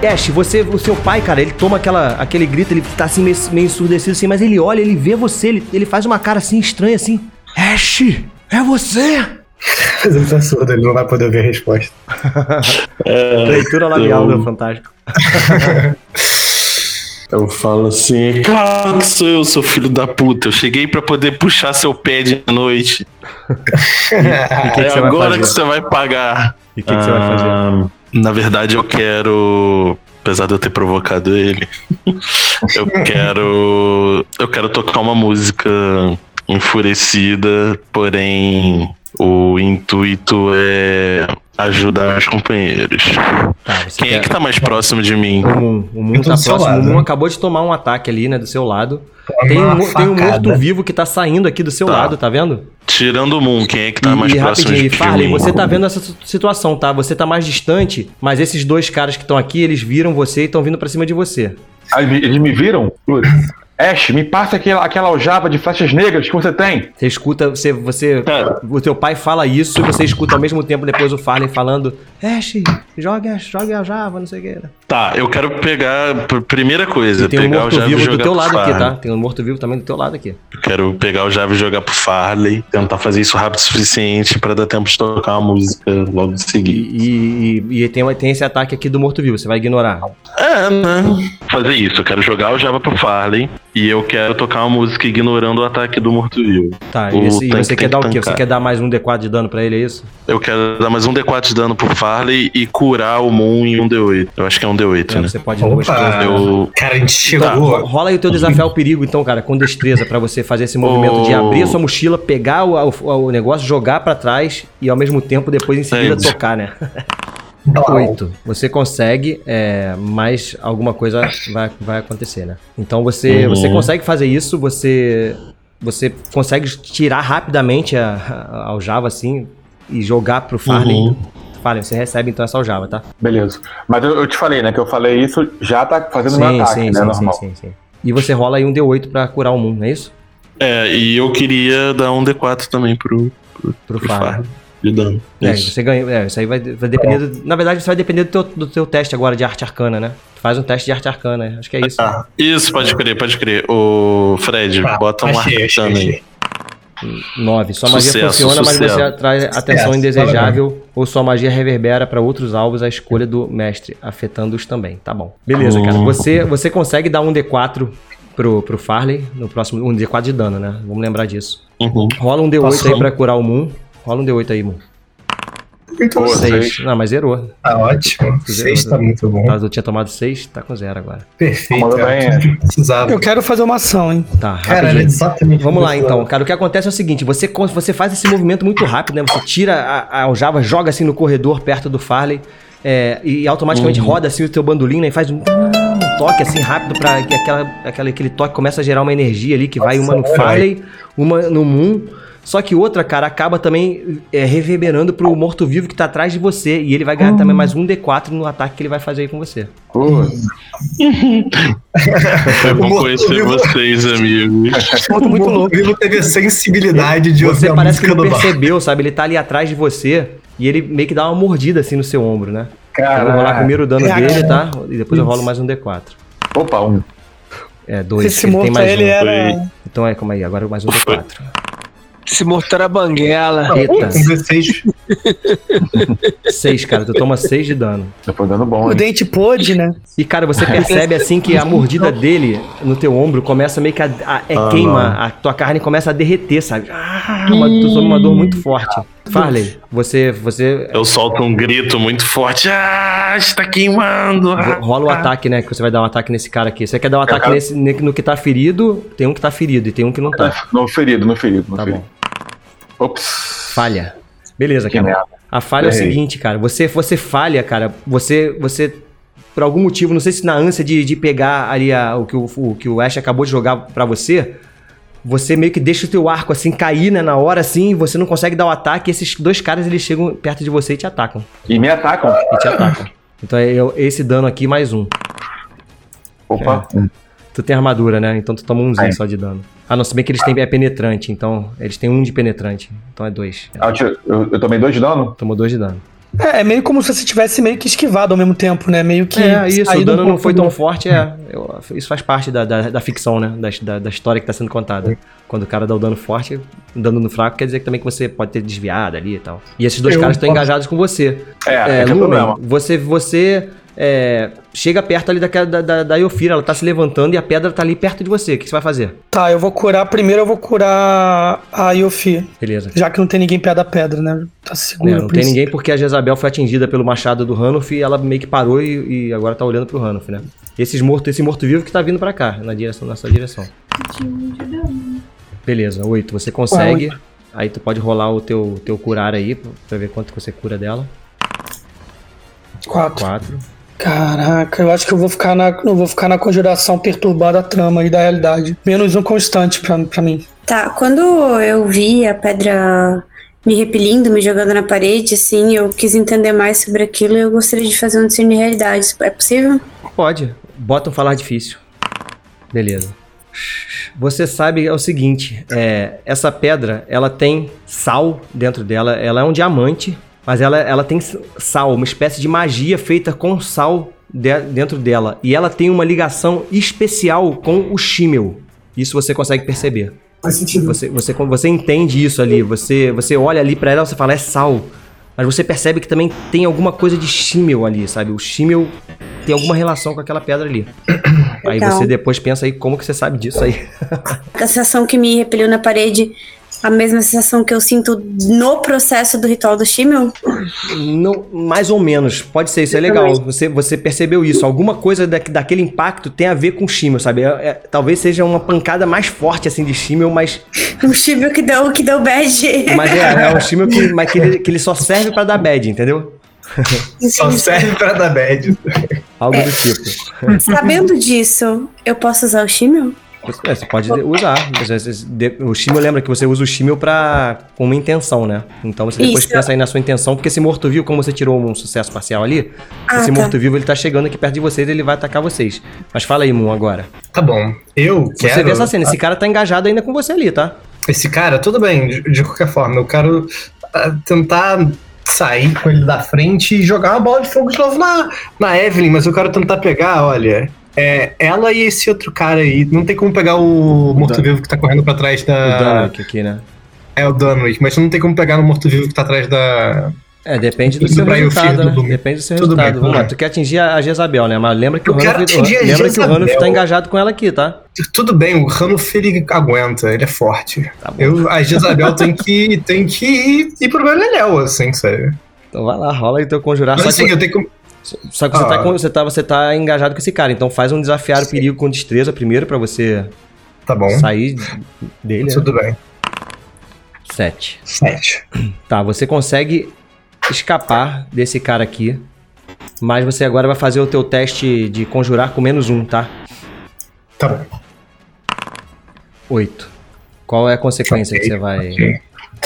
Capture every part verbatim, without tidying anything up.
Ash, você, o seu pai, cara, ele toma aquela, aquele grito, ele tá assim meio, meio ensurdecido assim, mas ele olha, ele vê você, ele, ele faz uma cara assim estranha assim. Ash, é você? Mas ele tá surdo, ele não vai poder ouvir a resposta. É, leitura labial eu... do Fantástico. Eu falo assim, claro que sou eu, seu filho da puta. Eu cheguei pra poder puxar seu pé de noite. E, e que é que agora que você vai pagar. E o que, que você vai fazer? Ah, na verdade, eu quero... Apesar de eu ter provocado ele, eu quero... Eu quero tocar uma música enfurecida, porém... O intuito é ajudar os companheiros. Tá, Quem quer... é que tá mais próximo de mim? O Moon. O Moon tá próximo. Lado, o Moon né? acabou de tomar um ataque ali, né, do seu lado. Tem um, tem um morto-vivo que tá saindo aqui do seu tá. lado, tá vendo? Tirando o Moon, quem é que tá e, mais e próximo de mim? E Farley, você tá vendo essa situação, tá? Você tá mais distante, mas esses dois caras que estão aqui, eles viram você e estão vindo pra cima de você. Ah, eles me viram? Ash, me passa aquela, aquela aljava de flechas negras que você tem. Você escuta, você, você é. o teu pai fala isso e você escuta ao mesmo tempo depois o Farley falando Ash, joga, joga a aljava, não sei o que. Tá, eu quero pegar, primeira coisa, e tem pegar um o Java e jogar do teu lado Farley. aqui, tá? Tem um morto-vivo também do teu lado aqui. Eu quero pegar o Java e jogar pro Farley, tentar fazer isso rápido o suficiente pra dar tempo de tocar uma música logo em seguida. E, e, e tem, tem esse ataque aqui do morto-vivo, você vai ignorar. É, né? Fazer isso, eu quero jogar o Java pro Farley e eu quero tocar uma música ignorando o ataque do morto-vivo. Tá, e, esse, e você quer dar o quê? Você quer dar mais um D quatro de dano pra ele, é isso? Eu quero dar mais um D quatro de dano pro Farley e curar o Moon em um D oito. Eu acho que é um D oito, é, né? Você pode duas coisas. Eu... Cara, a gente chegou. Tá, rola aí o teu desafio ao perigo, então, cara, com destreza, pra você fazer esse movimento oh. de abrir a sua mochila, pegar o, o, o negócio, jogar pra trás e ao mesmo tempo depois em seguida é tocar, né? Oito. Você consegue, é, mas alguma coisa vai, vai acontecer, né? Então você, uhum. você consegue fazer isso, você, você consegue tirar rapidamente a, a aljava assim e jogar pro Farley. Uhum. Farley, você recebe então essa aljava, tá? Beleza. Mas eu, eu te falei, né? Que eu falei isso, já tá fazendo sim, meu ataque, sim, né? Sim, normal. Sim, sim, sim. E você rola aí um D oito pra curar o Moon, não é isso? É, e eu queria dar um D quatro também pro, pro, pro, pro Farley. Farley. De dano. É, isso. Você ganha. É, isso aí vai, vai depender. Do, na verdade, isso vai depender do teu, do teu teste agora de arte arcana, né? Tu faz um teste de arte arcana, acho que é isso. Ah, isso, pode crer, pode crer. O Fred, ah, bota um arte arcana aí. nove. Sua magia sucesso, funciona, sucesso. mas você atrai atenção sucesso, indesejável ou sua magia reverbera para outros alvos a escolha do mestre, afetando-os também. Tá bom. Beleza, uhum. cara. Você, você consegue dar um D quatro pro, pro Farley no próximo. Um D quatro de dano, né? Vamos lembrar disso. Uhum. Rola um D oito Passou. aí pra curar o Moon. Rola um D oito aí, Moon. Então, seis. Não, mas zerou. Tá ótimo. seis tá muito bom. Tá, eu tinha tomado seis, tá com zero agora. Perfeito. É, eu, precisava. eu quero fazer uma ação, hein? Tá, cara, é exatamente. Vamos lá então, cara. O que acontece é o seguinte: você, você faz esse movimento muito rápido, né? Você tira a, a aljava, joga assim no corredor perto do Farley é, e automaticamente uhum. roda assim o teu bandolim, né? E faz um, um toque assim rápido pra que aquela, aquela, aquele toque começa a gerar uma energia ali que Nossa, vai uma no Farley, uma no Moon. Só que outra, cara, acaba também é, reverberando pro morto-vivo que tá atrás de você. E ele vai ganhar uhum. também mais um D quatro no ataque que ele vai fazer aí com você. Uhum. É bom conhecer vocês, amigos. O morto-vivo teve a sensibilidade de ouvir Você parece que não percebeu, sabe? Ele tá ali atrás de você e ele meio que dá uma mordida assim no seu ombro, né? Caraca. Eu vou rolar primeiro o dano Caraca. dele, tá? E depois eu rolo mais um D quatro. Opa, um. É, dois. Esse ele tem mais ele um. Era... Então é, calma aí, agora mais um D quatro. Esse morto era banguela. Eita. dezesseis. seis, cara. Tu toma seis de dano. Tô dando bom, O hein? dente pôde, né? E, cara, você percebe assim que a mordida dele no teu ombro começa meio que a, a é, ah, queima. Não. A tua carne começa a derreter, sabe? Ah, uma, tu sofre uma dor muito forte. Farley, você, você... Eu solto um grito muito forte. Ah, está queimando. Rola o ataque, né? Que você vai dar um ataque nesse cara aqui. Você quer dar um ataque quero... nesse, no que tá ferido? Tem um que tá ferido e tem um que não tá. No ferido, no ferido. No tá ferido. bom. Ops. Falha. Beleza, cara. Merda. A falha Errei. é o seguinte, cara. Você, você falha, cara. Você, você, por algum motivo, não sei se na ânsia de, de pegar ali a, o, que o, o que o Ash acabou de jogar pra você, você meio que deixa o teu arco assim cair, né, na hora assim, você não consegue dar o ataque, e esses dois caras eles chegam perto de você e te atacam. E me atacam? E te atacam. Então é esse dano aqui mais um. Opa. É. Tu tem armadura, né? Então tu toma umzinho Aí. só de dano. Ah, não, se bem que eles têm é penetrante, então eles têm um de penetrante. Então é dois. Ah, eu, eu, eu tomei dois de dano? Tomou dois de dano. É, é meio como se você tivesse meio que esquivado ao mesmo tempo, né? Meio que. É, isso, o dano um não foi do... tão forte, é. Eu, isso faz parte da, da, da ficção, né? Da, da, da história que tá sendo contada. Quando o cara dá o dano forte, o dano no fraco quer dizer que também que você pode ter desviado ali e tal. E esses dois Eu caras estão posso... engajados com você. É, é, é, Lumen, você, você é, chega perto ali daquela, da, da, da Iofira, ela tá se levantando e a pedra tá ali perto de você. O que você vai fazer? Tá, eu vou curar. Primeiro eu vou curar a Yofi. Beleza. Já que não tem ninguém perto da pedra, né? Tá seguro. É, não tem ninguém porque a Jezabel foi atingida pelo machado do Hanuf e ela meio que parou e, e agora tá olhando pro Hanuf, né? Esses morto, esse morto-vivo que tá vindo pra cá, na, direção, na sua direção. Beleza, oito. Você consegue. Ah, aí tu pode rolar o teu, teu curar aí, pra ver quanto você cura dela. Quatro. Quatro. Caraca, eu acho que eu vou ficar na, eu vou ficar na conjuração perturbada da trama e da realidade. Menos um constante pra, pra mim. Tá, quando eu vi a pedra me repelindo, me jogando na parede, assim, eu quis entender mais sobre aquilo e eu gostaria de fazer um discernimento de realidade. É possível? Pode. Bota um falar difícil. Beleza. Você sabe é o seguinte, é, essa pedra, ela tem sal dentro dela, ela é um diamante, mas ela, ela tem sal, uma espécie de magia feita com sal de, dentro dela. E ela tem uma ligação especial com o Shimmel. Isso você consegue perceber. Faz sentido. Você, você, você entende isso ali, você, você olha ali pra ela e você fala, é sal. Mas você percebe que também tem alguma coisa de Shimmel ali, sabe? O Shimmel tem alguma relação com aquela pedra ali. Aí você depois pensa aí como que você sabe disso aí. A sensação que me repeliu na parede, a mesma sensação que eu sinto no processo do ritual do Shimmel? Não, mais ou menos. Pode ser, isso é legal. Você, você percebeu isso. Alguma coisa da, daquele impacto tem a ver com o Shimmel, sabe? É, é, talvez seja uma pancada mais forte assim de Shimmel, mas... Um Shimmel que deu, que deu bad. Mas é, é um Shimmel que, mas que, ele, que ele só serve pra dar bad, entendeu? Só serve pra dar bad. Algo do tipo. Sabendo disso, eu posso usar o Shimmel? É, você pode usar. O Shimmel, lembra que você usa o Shimmel pra, com uma intenção, né? Então você depois Isso. pensa aí na sua intenção, porque esse morto-vivo, como você tirou um sucesso parcial ali, Ah, esse tá. morto-vivo ele tá chegando aqui perto de vocês e ele vai atacar vocês. Mas fala aí, Moon, agora. Tá bom. Eu quero... Você vê essa cena, esse cara tá engajado ainda com você ali, tá? Esse cara, tudo bem, de, de qualquer forma. Eu quero ah, tentar sair com ele da frente e jogar uma bola de fogo de novo na, na Evelyn, mas eu quero tentar pegar, olha... É, ela e esse outro cara aí. Não tem como pegar o morto-vivo que tá correndo pra trás da... O Dunwick aqui, né? É, o Dunwick, mas não tem como pegar no morto-vivo que tá atrás da... É, depende do Do seu Brian resultado, Fear, né? do- Depende do seu Tudo resultado. bem, Vamos tudo lá, bem. tu quer atingir a Jezabel, né? Mas lembra que o Eu quero Hanuf atingir a lembra que o Jezabel. Hanuf tá engajado com ela aqui, tá? Tudo bem, o Hanuf ele aguenta, ele é forte. Tá bom. Eu, a Jezabel tem que, tem que ir, ir pro Beleléu, assim, sério. Então vai lá, rola aí teu conjurar. Mas Só assim, que, eu tenho que... só que você, Ah. tá com- você, tá, você tá engajado com esse cara, então faz um desafiar o perigo com destreza primeiro pra você Tá bom, sair dele. Né? tudo bem. Sete. Sete. Tá, você consegue escapar desse cara aqui, mas você agora vai fazer o teu teste de conjurar com menos um, tá? Tá bom. Oito. Qual é a consequência Ok, que você vai... ok.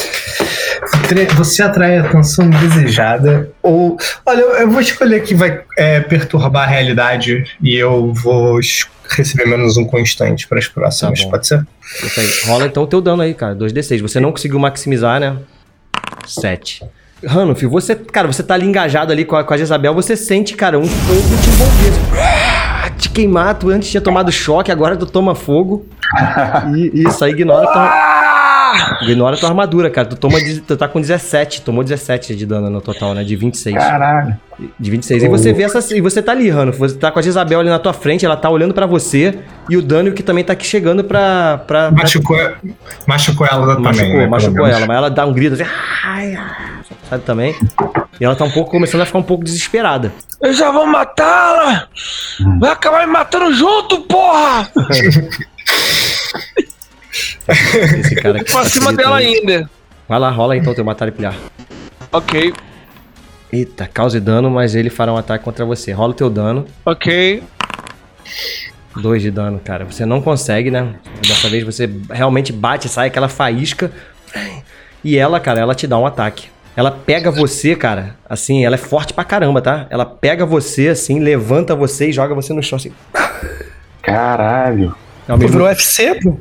Tre- Você atrai a atenção desejada ou... Olha, eu, eu vou escolher que vai é, perturbar a realidade e eu vou es- receber menos um constante para as próximas, Tá bom. pode ser? Isso aí. Rola então o teu dano aí, cara. dois d seis. Você não conseguiu maximizar, né? sete. Hanuf, você, cara, você tá ali engajado ali com a, com a Jezabel, você sente, cara, um fogo te envolver. Ah, te queimar, tu antes tinha tomado choque, agora tu toma fogo. E isso aí ignora tua, ignora tua armadura, cara. Tu, toma, de- tu tá com dezessete, tomou dezessete de dano no total, né? De vinte e seis. Caralho. De vinte e seis. E você vê essa. E você tá ali, Hanuf. Você tá com a Jezabel ali na tua frente, ela tá olhando pra você. E o Dânio que também tá aqui chegando pra. pra, pra... Machucou, machucou ela também, Machucou, né, pelo machucou menos. ela, mas ela dá um grito assim, ai, ai, sabe também? E ela tá um pouco, começando a ficar um pouco desesperada. Eu já vou matá-la! Vai acabar me matando junto, porra! Esse cara aqui Pra tá cima gritando. dela ainda. Vai lá, rola então teu matar e pilhar. Ok, Eita, cause dano, mas ele fará um ataque contra você. Rola o teu dano. ok. Dois de dano, cara. Você não consegue, né? Dessa vez você realmente bate, sai aquela faísca. E ela, cara, ela te dá um ataque. Ela pega você, cara, assim, ela é forte pra caramba, tá? Ela pega você, assim, levanta você e joga você no chão, assim. Caralho. É o Tu mesmo... virou U F C, pô?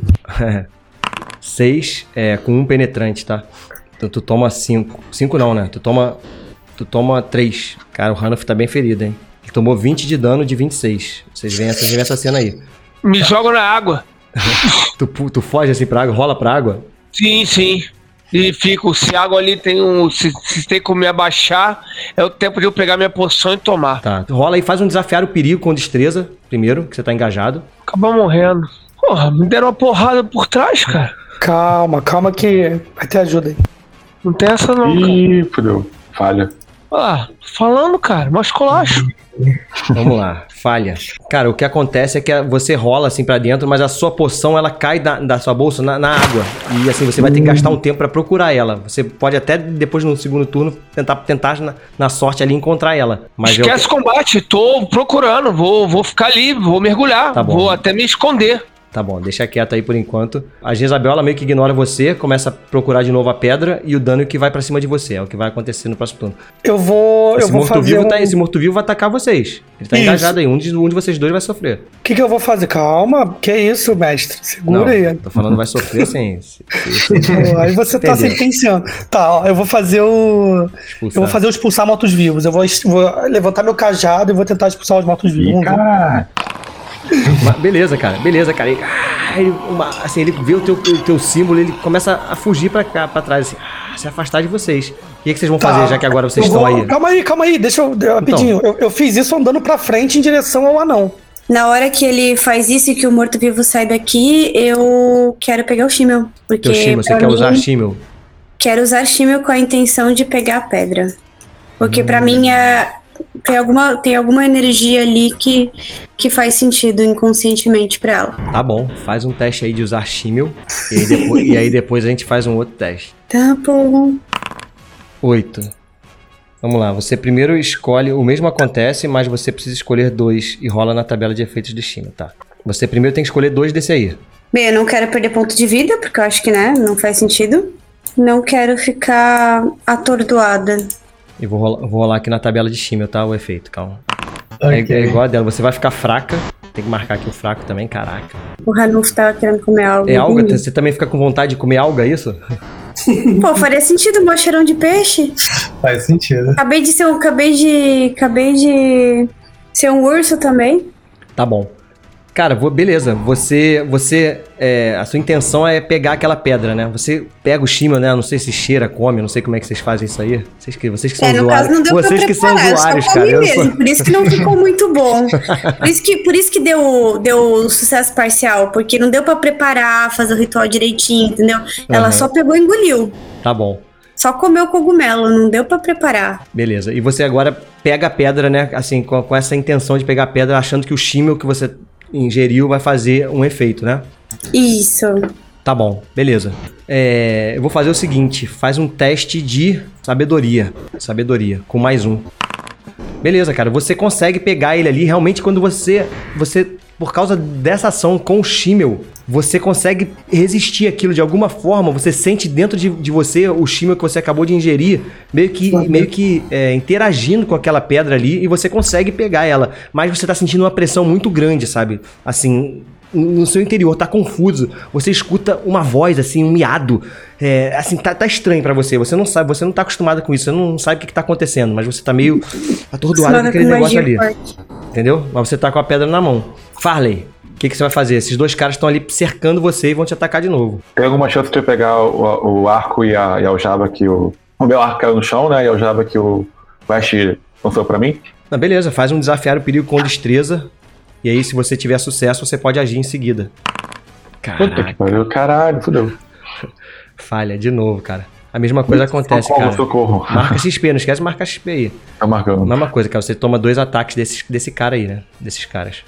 Seis, é, com um penetrante, tá? Então tu toma cinco. Cinco não, né? Tu toma Tu toma três. Cara, o Ranulf tá bem ferido, hein? Ele tomou vinte de dano de vinte e seis. Vocês veem essa, veem essa cena aí. Me joga na água. tu, tu foge assim pra água, rola pra água? Sim, sim. E fico, se a água ali tem um. Se, se tem como me abaixar, é o tempo de eu pegar minha poção e tomar. Tá. Tu rola aí, faz um desafiar o perigo com destreza, primeiro, que você tá engajado. Acaba morrendo. Porra, me deram uma porrada por trás, cara. Calma, calma que vai ter ajuda aí. Não tem essa não, cara. Ih, fudeu. Falha. Ah, falando, cara, mas colacho. Vamos lá, falha. Cara, o que acontece é que você rola assim pra dentro, mas a sua poção ela cai da, da sua bolsa na, na água. E assim, você vai ter que gastar um tempo pra procurar ela. Você pode até depois no segundo turno tentar, tentar na, na sorte ali encontrar ela. Mas esquece o combate, tô procurando, vou, vou ficar ali, vou mergulhar, tá vou até me esconder. Tá bom, deixa quieto aí por enquanto. A Jezabel, ela meio que ignora você, começa a procurar de novo a pedra e o dano que vai pra cima de você. É o que vai acontecer no próximo turno. Eu vou, esse eu vou fazer um... um... tá, Esse morto-vivo vai atacar vocês. Ele tá isso. engajado aí, um de, um de vocês dois vai sofrer. O que que eu vou fazer? Calma, que isso, mestre? Segura Não, aí. Tô falando vai sofrer sem... se, se, se... Aí você tá sentenciando. Tá, ó, eu vou fazer o... Expulsar. Eu vou fazer o expulsar mortos-vivos. Eu vou, vou levantar meu cajado e vou tentar expulsar os mortos-vivos. Cara... Beleza, cara, beleza, cara. Ele, ele, uma, assim, ele vê o teu, o teu símbolo, ele começa a fugir pra cá, pra trás, assim, se afastar de vocês. O que, é que vocês vão fazer, tá, já que agora vocês estão aí? Calma aí, calma aí, deixa eu, rapidinho. Então. Eu, eu fiz isso andando pra frente em direção ao anão. Na hora que ele faz isso e que o morto-vivo sai daqui, eu quero pegar o Shimmel. Porque teu Shimmel, você quer usar Shimmel? Quero usar Shimmel com a intenção de pegar a pedra. Porque hum. pra mim é... Tem alguma, tem alguma energia ali que, que faz sentido inconscientemente pra ela. Tá bom, faz um teste aí de usar Shimmel. E aí depois, e aí depois a gente faz um outro teste. Tá bom. Oito. Vamos lá, você primeiro escolhe, o mesmo acontece, mas você precisa escolher dois e rola na tabela de efeitos de Shimmel, tá? Você primeiro tem que escolher dois desse aí. Bem, eu não quero perder ponto de vida, porque eu acho que, né, não faz sentido. Não quero ficar atordoada. E vou rolar, vou rolar aqui na tabela de Shimmel, tá? O efeito, calma. Okay. É, é igual a dela, você vai ficar fraca. Tem que marcar aqui o fraco também, caraca. O Ranulf tava querendo comer alga. É alga? Você também fica com vontade de comer alga, é isso? Pô, faria sentido um cheirão de peixe. Faz sentido. Acabei de ser um, acabei de, acabei de ser um urso também. Tá bom. Cara, vou, beleza, você, você é, a sua intenção é pegar aquela pedra, né? Você pega o Shimmel, né? Não sei se cheira, come, não sei como é que vocês fazem isso aí. Vocês que, vocês que são é, no usuários. Caso não deu vocês pra que preparar, são usuários, cara. Eu mesmo, sou... Por isso que não ficou muito bom. Por isso que, por isso que deu, deu sucesso parcial, porque não deu pra preparar, fazer o ritual direitinho, entendeu? Ela uhum. só pegou e engoliu. Tá bom. Só comeu o cogumelo, não deu pra preparar. Beleza. E você agora pega a pedra, né? Assim, com, com essa intenção de pegar a pedra, achando que o Shimmel que você ingeriu vai fazer um efeito, né? Isso. Tá bom, beleza. É, eu vou fazer o seguinte, faz um teste de sabedoria. Sabedoria, com mais um. Beleza, cara, você consegue pegar ele ali, realmente quando você, você por causa dessa ação com o Shimmel, você consegue resistir aquilo de alguma forma, você sente dentro de, de você o Shimmel que você acabou de ingerir, meio que, meio que é, interagindo com aquela pedra ali, e você consegue pegar ela, mas você tá sentindo uma pressão muito grande, sabe? Assim, no seu interior, tá confuso, você escuta uma voz, assim, um miado, é, assim, tá, tá estranho pra você, você não sabe, você não tá acostumado com isso, você não sabe o que, que tá acontecendo, mas você tá meio atordoado com aquele negócio ali, forte. Entendeu? Mas você tá com a pedra na mão. Farley, o que, que você vai fazer? Esses dois caras estão ali cercando você e vão te atacar de novo. Tem alguma chance de eu pegar o, o arco e a, e a aljava que o... O meu arco caiu no chão, né? E a aljava que o West lançou pra mim? Não, beleza, faz um desafiar o perigo com destreza. E aí, se você tiver sucesso, você pode agir em seguida. Caraca. Puta que pariu, caralho, fudeu. Falha, de novo, cara. A mesma coisa acontece, socorro, cara. Socorro. Marca X P, não esquece de marcar X P aí. Tá marcando. Mesma coisa, cara. Você toma dois ataques desse, desse cara aí, né? Desses caras.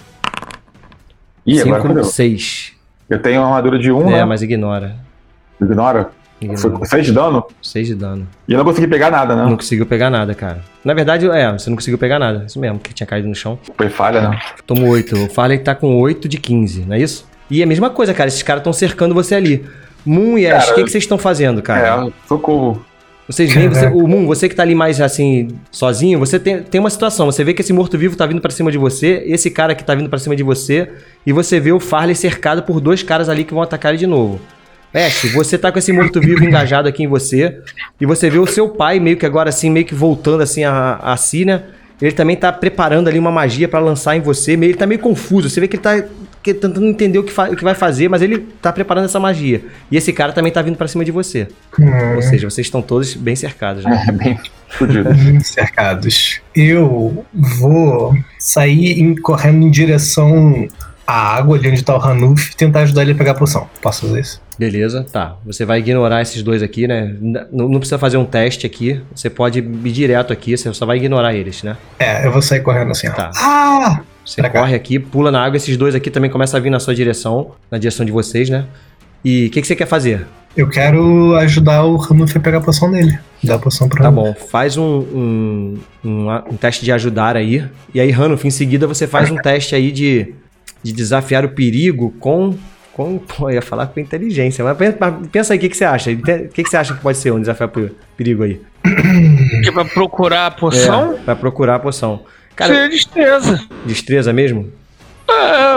Ih, agora fudeu. seis. Eu tenho uma armadura de um, É, né? mas ignora. Ignora? Ignora. seis de dano? seis de dano. E eu não consegui pegar nada, né? Não conseguiu pegar nada, cara. Na verdade, é, você não conseguiu pegar nada. Isso mesmo, que tinha caído no chão. Foi falha, né? Tomou oito. O Farley tá com oito de quinze, não é isso? E é a mesma coisa, cara. Esses caras estão cercando você ali. Moon e Ash, o que, que vocês estão fazendo, cara? É, socorro. Vocês veem, você, o Moon, você que tá ali mais assim, sozinho, você tem, tem uma situação, você vê que esse morto-vivo tá vindo pra cima de você, esse cara aqui tá vindo pra cima de você, e você vê o Farley cercado por dois caras ali que vão atacar ele de novo. Ash, você tá com esse morto-vivo engajado aqui em você, e você vê o seu pai meio que agora assim, meio que voltando assim a, a si, né? Ele também tá preparando ali uma magia pra lançar em você, meio, ele tá meio confuso, você vê que ele tá que, tentando entender o que, o que vai fazer, mas ele tá preparando essa magia. E esse cara também tá vindo pra cima de você. Hum. Ou seja, vocês estão todos bem cercados, né? É, bem fudido. Bem cercados. Eu vou sair em, correndo em direção à água, ali onde tá o Ranulf, e tentar ajudar ele a pegar a poção. Posso fazer isso? Beleza, tá. Você vai ignorar esses dois aqui, né? Não, não precisa fazer um teste aqui. Você pode ir direto aqui, você só vai ignorar eles, né? É, eu vou sair correndo assim, ó. Tá. Ah! Você corre aqui, pula na água, esses dois aqui também começam a vir na sua direção, na direção de vocês, né? E o que, que você quer fazer? Eu quero ajudar o Ranulf a pegar a poção dele. Dar a poção pra Tá bom, faz um, um, um, um teste de ajudar aí. E aí, Ranulf, em seguida você faz um teste aí de, de desafiar o perigo com... com pô, eu ia falar com inteligência, mas pensa aí, o que, que você acha? O que, que você acha que pode ser um desafiar o perigo aí? Que pra procurar a poção? É, pra procurar a poção. Cara, Seria destreza. Destreza mesmo? É,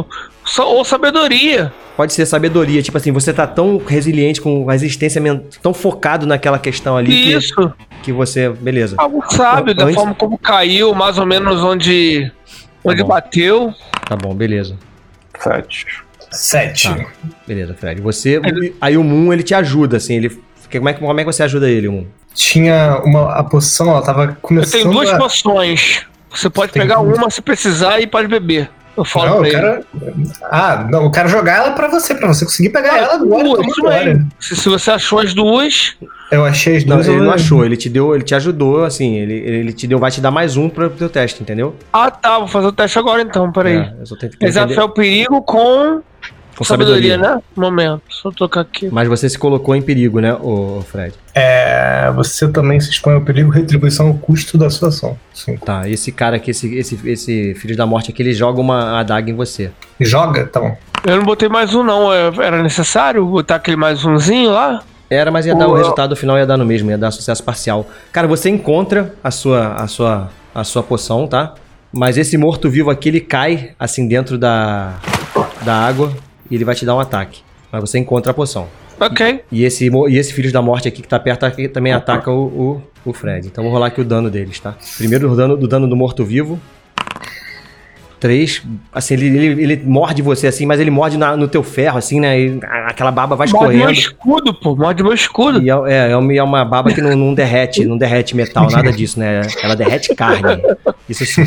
ou sabedoria. Pode ser sabedoria, tipo assim, você tá tão resiliente, com resistência, tão focado naquela questão ali. Isso. Que, que você, beleza. Algo sábio, da Antes... forma como caiu, mais ou menos onde, onde tá bateu. Tá bom, beleza. Sete. Sete. Tá. Beleza, Fred. Você, aí o Moon, ele te ajuda, assim, ele... Como é, que, como é que você ajuda ele, Moon? Tinha uma a poção, ela tava começando Eu tenho duas a... poções. Você pode Tem pegar que... uma se precisar e pode beber. Eu falo não, pra eu quero... Ah, não, eu quero jogar ela pra você, pra você conseguir pegar ah, ela agora. Isso agora. Se, se você achou as duas... Eu achei as duas. Não, ele eu... não achou, ele te deu, ele te ajudou, assim, ele, ele te deu, vai te dar mais um pro teu teste, entendeu? Ah, tá, vou fazer o teste agora então, peraí. É, eu só tenho que desafiar o perigo com... Com sabedoria, sabedoria, né? Momento, só tocar aqui. Mas você se colocou em perigo, né, ô Fred? É, você também se expõe ao perigo, retribuição ao custo da sua ação. Sim. Tá, esse cara aqui, esse, esse, esse filho da morte aqui, ele joga uma adaga em você. Joga? Tá bom. Eu não botei mais um não, era necessário botar aquele mais umzinho lá? Era, mas ia dar o resultado final, ia dar no mesmo, ia dar sucesso parcial. Cara, você encontra a sua, a sua, a sua poção, tá? Mas esse morto-vivo aqui, ele cai, assim, dentro da, da água e ele vai te dar um ataque. Mas você encontra a poção. Ok. E, e, esse, e esse filho da morte aqui que tá perto aqui, também ataca o, o, o Fred. Então vou rolar aqui o dano deles, tá? Primeiro o dano do dano do morto-vivo. Três. Assim, ele, ele, ele morde você assim, mas ele morde na, no teu ferro, assim, né? E aquela baba vai escorrendo. Morde meu escudo, pô. Morde meu escudo. E é, é, é uma baba que não, não derrete, não derrete metal, nada disso, né? Ela derrete carne. Isso sim.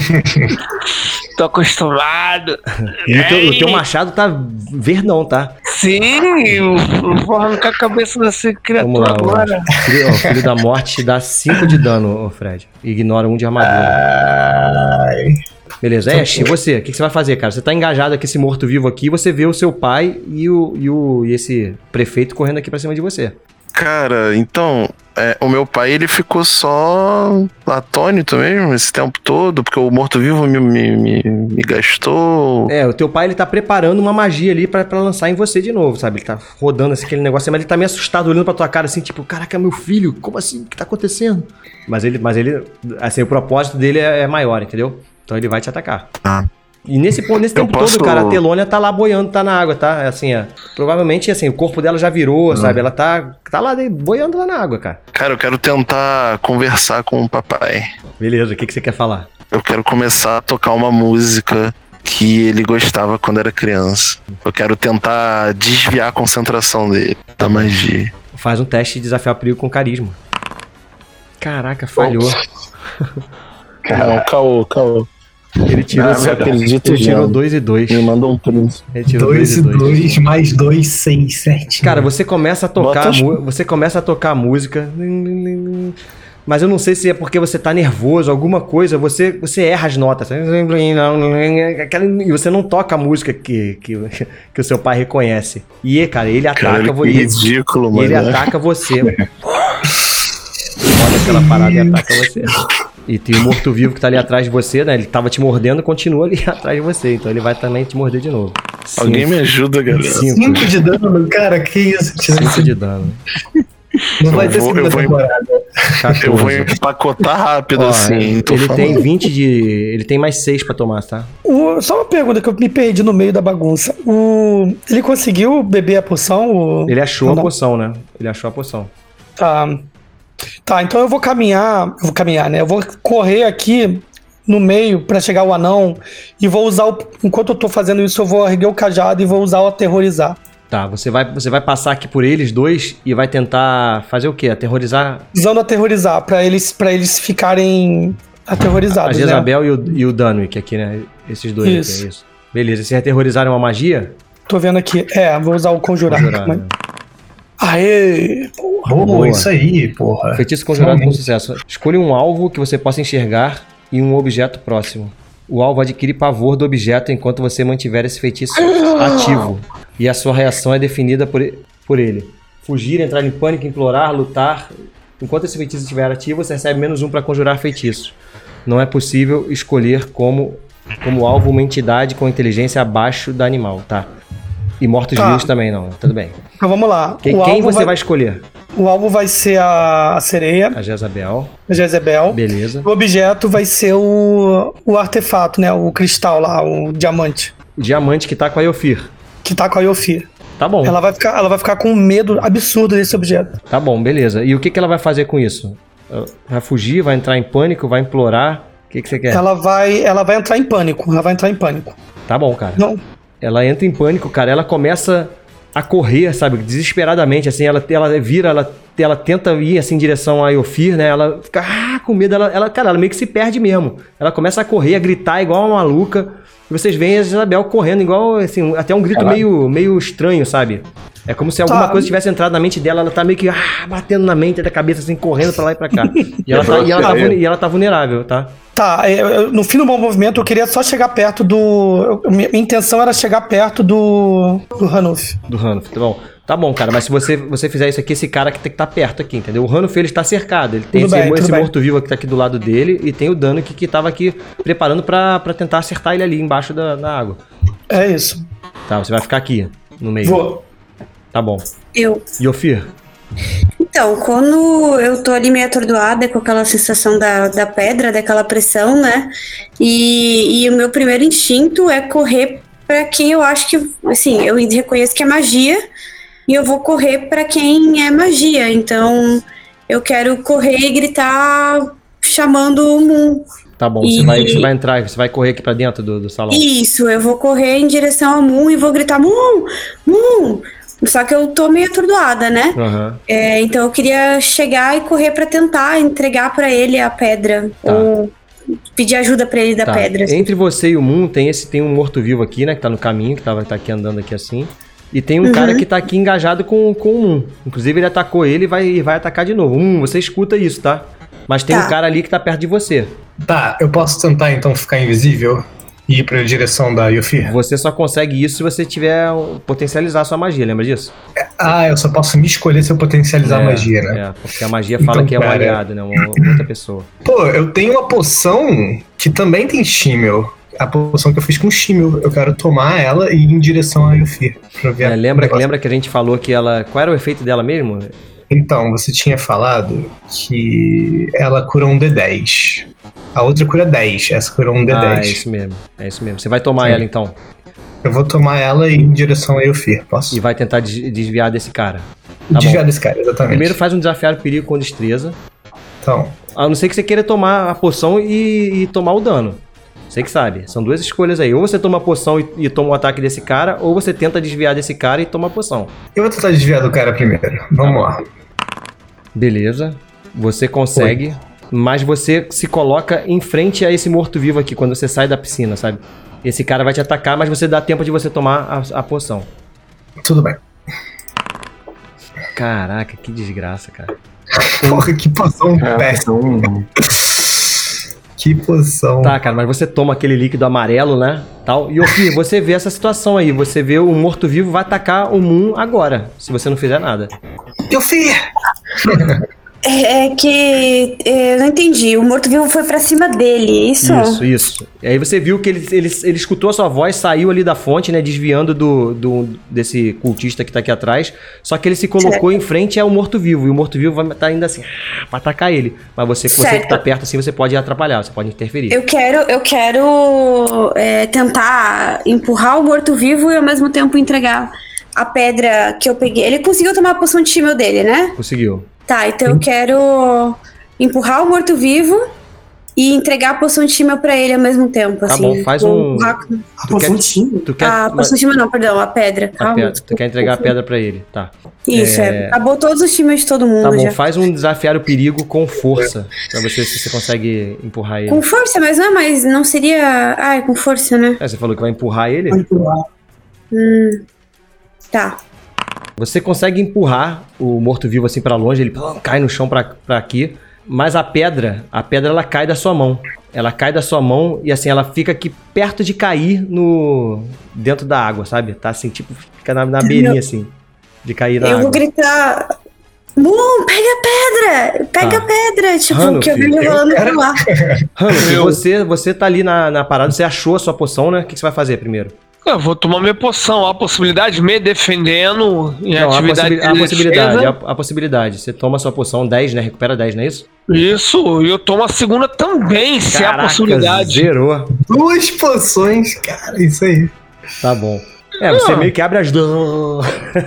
Tô acostumado. E o teu, o teu machado tá verdão, tá? Sim, eu vou arrancar a cabeça dessa criatura lá, agora. O filho, ó, o filho da morte te dá cinco de dano, ô Fred. Ignora um de armadura. Ai... Beleza, Ash, e você? O que você vai fazer, cara? Você tá engajado aqui, esse morto-vivo aqui, você vê o seu pai e, o, e, o, e esse prefeito correndo aqui pra cima de você. Cara, então, é, o meu pai, ele ficou só atônito mesmo esse tempo todo, porque o morto-vivo me, me, me, me gastou. É, o teu pai, ele tá preparando uma magia ali pra, pra lançar em você de novo, sabe? Ele tá rodando assim, aquele negócio, mas ele tá meio assustado, olhando pra tua cara assim, tipo, caraca, meu filho, como assim? O que tá acontecendo? Mas ele, mas ele assim, o propósito dele é, é maior, entendeu? Então ele vai te atacar. Ah. E nesse, nesse tempo posso... todo, cara, a Telônia tá lá boiando, tá na água, tá? Assim, é, provavelmente, assim, o corpo dela já virou, hum. sabe? Ela tá, tá lá boiando lá na água, cara. Cara, eu quero tentar conversar com o papai. Beleza, o que, que você quer falar? Eu quero começar a tocar uma música que ele gostava quando era criança. Eu quero tentar desviar a concentração dele, da magia. Faz um teste de desafiar o perigo com carisma. Caraca, falhou. Não, caô, caô. Ele tirou, ah, acredito, ele tirou dois e dois. Me mandou um príncipe. dois e dois mais dois, seis, sete. Cara, você começa a tocar, você começa a tocar a música. Mas eu não sei se é porque você tá nervoso, alguma coisa, você, você erra as notas. E você não toca a música que, que, que o seu pai reconhece. E, cara, ele ataca você. Ridículo, mano. Ele ataca você. Olha aquela parada e ataca você. E tem o morto-vivo que tá ali atrás de você, né? Ele tava te mordendo, continua ali atrás de você. Então ele vai também te morder de novo. Cinco. Alguém me ajuda, galera. Cinco, Cinco de dano, cara, que isso? Cinco de dano. Não vai ter segunda temporada. quatorze. Eu vou empacotar rápido, Ó, assim. ele tô falando. tem vinte de... Ele tem mais seis pra tomar, tá? O- só uma pergunta que eu me perdi no meio da bagunça. O, ele conseguiu beber a poção? O, Ele achou ou a não? poção, né? Ele achou a poção. Tá. Tá, então eu vou caminhar. Eu vou caminhar, né? Eu vou correr aqui no meio pra chegar o anão e vou usar o. Enquanto eu tô fazendo isso, eu vou erguer o cajado e vou usar o aterrorizar. Tá, você vai, você vai passar aqui por eles dois e vai tentar fazer o quê? Aterrorizar Usando aterrorizar, pra eles, pra eles ficarem a aterrorizados. Né? Jezabel e o, e o Dunwich aqui, né? Esses dois Isso. aqui, é isso. Beleza, vocês aterrorizaram uma magia? Tô vendo aqui. É, vou usar o conjurar. Conjurar, Mas- né? Aê! Porra. Boa, Boa. isso aí, porra. Feitiço conjurado com Finalmente. sucesso. Escolha um alvo que você possa enxergar e um objeto próximo. O alvo adquire pavor do objeto enquanto você mantiver esse feitiço ativo. E a sua reação é definida por, e- por ele. Fugir, entrar em pânico, implorar, lutar. Enquanto esse feitiço estiver ativo, você recebe menos um para conjurar feitiços. Não é possível escolher como, como alvo uma entidade com inteligência abaixo da animal, tá? E mortos-vivos Tá. também não, tudo bem. Então vamos lá. Quem, o quem alvo você vai... vai, escolher? o alvo vai ser a, a sereia, A Jezabel. a Jezebel. Beleza. O objeto vai ser o, o artefato, né? O cristal lá, o diamante. O diamante que tá com a Iofir. Que tá com a Yofi. Tá bom. Ela vai ficar, ela vai ficar com um medo absurdo desse objeto. Tá bom, beleza. E o que, que ela vai fazer com isso? Ela vai fugir, vai entrar em pânico, vai implorar? O que, que você quer? Ela vai, ela vai entrar em pânico. Ela vai entrar em pânico. Tá bom, cara. Não. Ela entra em pânico, cara. Ela começa a correr, sabe? Desesperadamente, assim. Ela, ela vira, ela, ela tenta ir, assim, em direção a Iofir, né? Ela fica ah, com medo. Ela, ela, cara, ela meio que se perde mesmo. Ela começa a correr, a gritar igual uma maluca. E vocês veem a Isabel correndo igual, assim, até um grito meio, meio estranho, sabe? É como se alguma Tá. coisa tivesse entrado na mente dela. Ela tá meio que ah, batendo na mente da cabeça, assim, correndo pra lá e pra cá. E ela, tá, e ela, tá, vul- e ela tá vulnerável, tá? Tá, é, eu- no fim do meu movimento eu queria só chegar perto do. eu- Minha minha intenção era chegar perto do. do Hanuf. Do Hanuf, tá bom. Tá bom, cara, mas se você, você fizer isso aqui, esse cara que tem que estar perto aqui, entendeu? O Hanuf, ele está cercado. Ele tem Tudo esse, bem, tudo esse bem. morto-vivo que tá aqui do lado dele e tem o Dunwich que tava aqui preparando pra, pra tentar acertar ele ali embaixo da, da água. É isso. Tá, você vai ficar aqui, no meio. Vou. Tá bom. Eu. Iofir, Então, quando eu tô ali meio atordoada com aquela sensação da, da pedra, daquela pressão, né? E, e o meu primeiro instinto é correr pra quem eu acho que, assim, eu reconheço que é magia e eu vou correr pra quem é magia. Então, eu quero correr e gritar chamando o Moon. tá bom. E- Você, vai, você vai entrar, você vai correr aqui pra dentro do, do salão. Isso, eu vou correr em direção ao Moon e vou gritar Moon, Moon. Só que eu tô meio atordoada, né? Aham. É, então eu queria chegar e correr pra tentar entregar pra ele a pedra. Tá. Ou pedir ajuda pra ele da Tá. pedra. assim. Entre você e o Moon tem esse tem um morto-vivo aqui, né? Que tá no caminho, que tava, tá aqui andando aqui assim. E tem um Uhum. cara que tá aqui engajado com, com o Moon. Inclusive, ele atacou ele e vai, e vai atacar de novo. Moon, você escuta isso, tá? Mas tem Tá. um cara ali que tá perto de você. Tá, eu posso tentar então ficar invisível e ir pra direção da Yufir? Você só consegue isso se você tiver potencializar a sua magia, lembra disso? Ah, eu só posso me escolher se eu potencializar a É, magia, né? É, porque a magia fala Então, que é um cara, aliado, né? Uma, outra pessoa. Pô, eu tenho uma poção que também tem Shimmel. A poção que eu fiz com Shimmel. Eu quero tomar ela e ir em direção a Yufir. Pra ver É, a- lembra, o negócio. lembra que a gente falou que ela... Qual era o efeito dela mesmo? Então, você tinha falado que ela cura um D dez. A outra cura dez, essa cura um D dez. Ah, é isso mesmo. É isso mesmo. Você vai tomar Sim. ela então. Eu vou tomar ela e ir em direção a Yufir, posso? E vai tentar des- desviar desse cara. Tá Desviar bom. desse cara, exatamente. Primeiro faz um desafiar o perigo com destreza. Então, A não ser que você queira tomar a poção e, e tomar o dano. Você que sabe. São duas escolhas aí. Ou você toma a poção e, e toma o ataque desse cara, ou você tenta desviar desse cara e toma a poção. eu vou tentar desviar do cara primeiro. Vamos lá. Beleza. Você consegue, mas você se coloca em frente a esse morto-vivo aqui quando você sai da piscina, sabe? Esse cara vai te atacar, mas você dá tempo de você tomar a, a poção. Tudo bem. Caraca, que desgraça, cara. Porra, que poção É, péssima. então, Que poção. Tá, cara, mas você toma aquele líquido amarelo, né? Tal. E, Oki, você vê essa situação aí. Você vê o morto-vivo vai atacar o Moon agora, se você não fizer nada. Yufir! É, é que é, eu não entendi. O morto-vivo foi pra cima dele, isso? Isso, isso. E aí você viu que ele, ele, ele escutou a sua voz, saiu ali da fonte, né? Desviando do, do, desse cultista que tá aqui atrás. Só que ele se colocou certo. Em frente ao morto-vivo. E o morto-vivo vai estar tá indo assim, pra atacar ele. Mas você, você que tá perto assim, você pode atrapalhar, você pode interferir. Eu quero, eu quero é, tentar empurrar o morto-vivo e ao mesmo tempo entregar a pedra que eu peguei. Ele conseguiu tomar a poção de tímel dele, né? Conseguiu. Tá, então eu quero empurrar o morto-vivo e entregar a poção de tímel pra ele ao mesmo tempo, tá assim. Bom, faz um... A poção de tímel? A poção de tímel não, perdão, a pedra. Calma, a pedra. Tu quer entregar a pedra pra ele, tá. Isso, é... é. Acabou todos os tímeis de todo mundo. Tá bom, já. Faz um desafiar o perigo com força, pra você se você consegue empurrar ele. Com força, mas não é mais, não seria... Ah, é com força, né? É, você falou que vai empurrar ele? Vai empurrar. Hum, tá. Você consegue empurrar o morto-vivo assim pra longe, ele cai no chão pra, pra aqui, mas a pedra, a pedra ela cai da sua mão. Ela cai da sua mão e assim, ela fica aqui perto de cair no dentro da água, sabe? Tá assim, tipo, fica na, na beirinha assim, de cair na eu água. Eu vou gritar, Moon, pega a pedra! Pega tá. a pedra! Tipo, Hano, que eu vejo rolando por lá. Hano, você, você tá ali na, na parada, você achou a sua poção, né? O que, que você vai fazer primeiro? Eu vou tomar minha poção. Há a possibilidade, me defendendo em não, atividade a, possi a possibilidade, a, a possibilidade. Você toma a sua poção dez, né? Recupera dez, não é isso? Isso, e eu tomo a segunda também, Caraca, se há a possibilidade. Zerou. Duas poções, cara, isso aí. Tá bom. É, você ah. meio que abre as duas.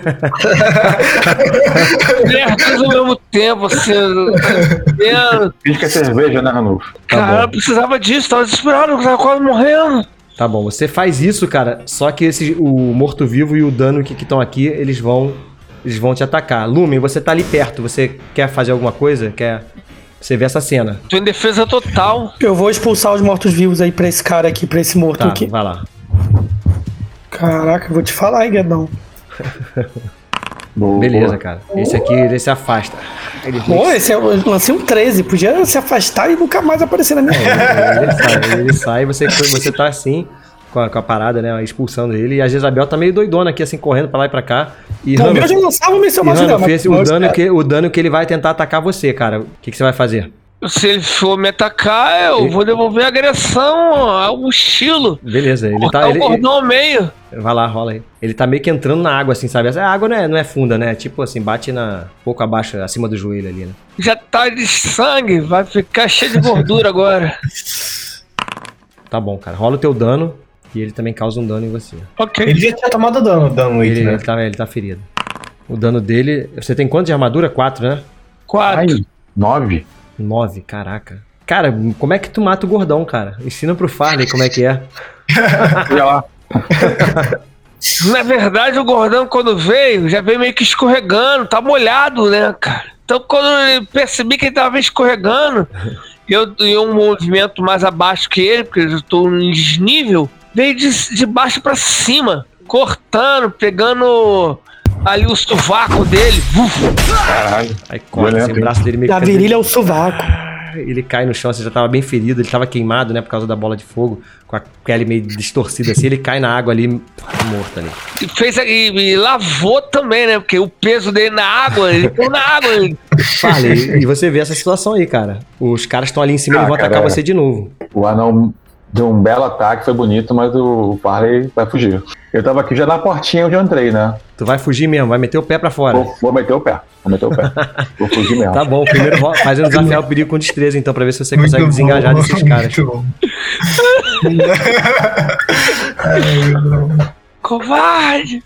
Certo, ao mesmo tempo, você. Fica cerveja, né, Ranulfo? Cara, eu precisava disso, tava desesperado, eu tava quase morrendo. Tá bom, você faz isso, cara, só que esse, o morto-vivo e o dano que estão aqui, eles vão eles vão te atacar. Lumen, você tá ali perto, você quer fazer alguma coisa? Quer... Você vê essa cena. Tô em defesa total. Eu vou expulsar os mortos-vivos aí pra esse cara aqui, pra esse morto tá, aqui. Vai lá. Caraca, eu vou te falar, hein, Guedão. Boa. Beleza, cara. Esse aqui, ele se afasta. Ele Pô, esse é, eu lancei um treze. Podia se afastar e nunca mais aparecer na minha vida. É, ele sai, ele sai você, você tá assim, com a, com a parada, né, expulsando ele. E a Jezabel tá meio doidona aqui, assim, correndo pra lá e pra cá. E Bom, eu já lançava o seu Rano, fez o dano, que, o dano que ele vai tentar atacar você, cara. O que, que você vai fazer? Se ele for me atacar, eu ele... vou devolver a agressão ao estilo. Beleza, ele tá... o cordão ao meio. Vai lá, rola aí. Ele tá meio que entrando na água, assim, sabe? A água não é, não é funda, né? Tipo assim, bate na pouco abaixo, acima do joelho ali, né? Já tá de sangue, vai ficar cheio de gordura agora. Tá bom, cara. Rola o teu dano e ele também causa um dano em você. Ok. Ele já tinha tomado dano, dano ele, né? ele, tá, ele tá ferido. O dano dele... Você tem quanto de armadura? Quatro, né? Quatro. Ai, nove. Nove, caraca. Cara, como é que tu mata o gordão, cara? Ensina pro Farley como é que é. Olha lá. Na verdade, o gordão, quando veio, já veio meio que escorregando, tá molhado, né, cara? Então, quando eu percebi que ele tava escorregando, eu dei um movimento mais abaixo que ele, porque eu tô em desnível, veio de, de baixo pra cima, cortando, pegando ali o sovaco dele. Caralho. Aí corta, assim, o braço dele meio que... A virilha é o sovaco. Ele cai no chão, você já tava bem ferido, ele tava queimado, né, por causa da bola de fogo, com a pele meio distorcida assim, ele cai na água ali, morto ali. E, fez, e, e lavou também, né, porque o peso dele na água, ele ficou na água. Ele... Fala, e, e você vê essa situação aí, cara. Os caras estão ali em cima e ah, vão cara, atacar você de novo. O anão deu um belo ataque, foi bonito, mas o Farley vai fugir. Eu tava aqui já na portinha onde eu entrei, né? Tu vai fugir mesmo, vai meter o pé pra fora. Vou, vou meter o pé, vou meter o pé. Vou fugir mesmo. Tá bom, primeiro fazendo desafiar o perigo com destreza, então, pra ver se você muito consegue bom, desengajar desses caras. Covarde!